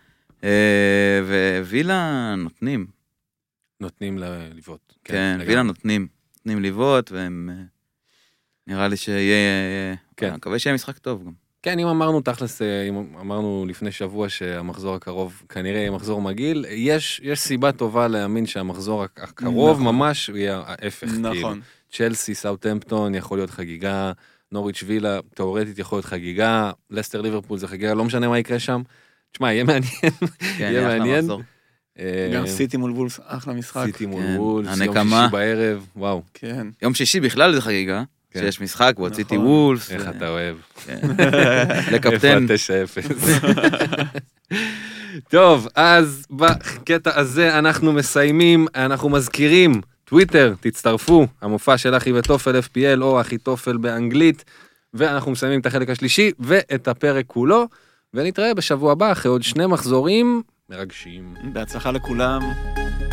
ווילה נותנים. נותנים לבעוט. כן, וילה נותנים. נותנים לבעוט, והם... נראה לי שיהיה... אני מקווה שיהיה משחק טוב גם. כן, אם אמרנו תכלס, אם אמרנו לפני שבוע שהמחזור הקרוב כנראה יהיה מחזור מגעיל, יש, יש סיבה טובה להאמין שהמחזור הקרוב נכון. ממש יהיה ההפך. נכון. כאילו. צ'לסי, סאוטהמפטון יכול להיות חגיגה, נוריץ' וילה, תיאורטית יכול להיות חגיגה, לסטר ליברפול זה חגיגה, לא משנה מה יקרה שם. תשמע, יהיה מעניין. כן, יהיה מעניין. גם סיטי מול וולס, אחלה משחק. סיטי מול וולס, יום שישי בערב, וואו. כן. יום שישי בכלל זה חגיגה. שיש משחק, והוציתי וולס. איך אתה אוהב. לקפטן. איפה תשע אפס. טוב, אז בקטע הזה אנחנו מסיימים, אנחנו מזכירים, טוויטר, תצטרפו, המופע של אחי וטופל אף פי אל, או אחי טופל באנגלית, ואנחנו מסיימים את החלק השלישי, ואת הפרק כולו, ונתראה בשבוע הבא, אחרי עוד שני מחזורים מרגשים. בהצלחה לכולם.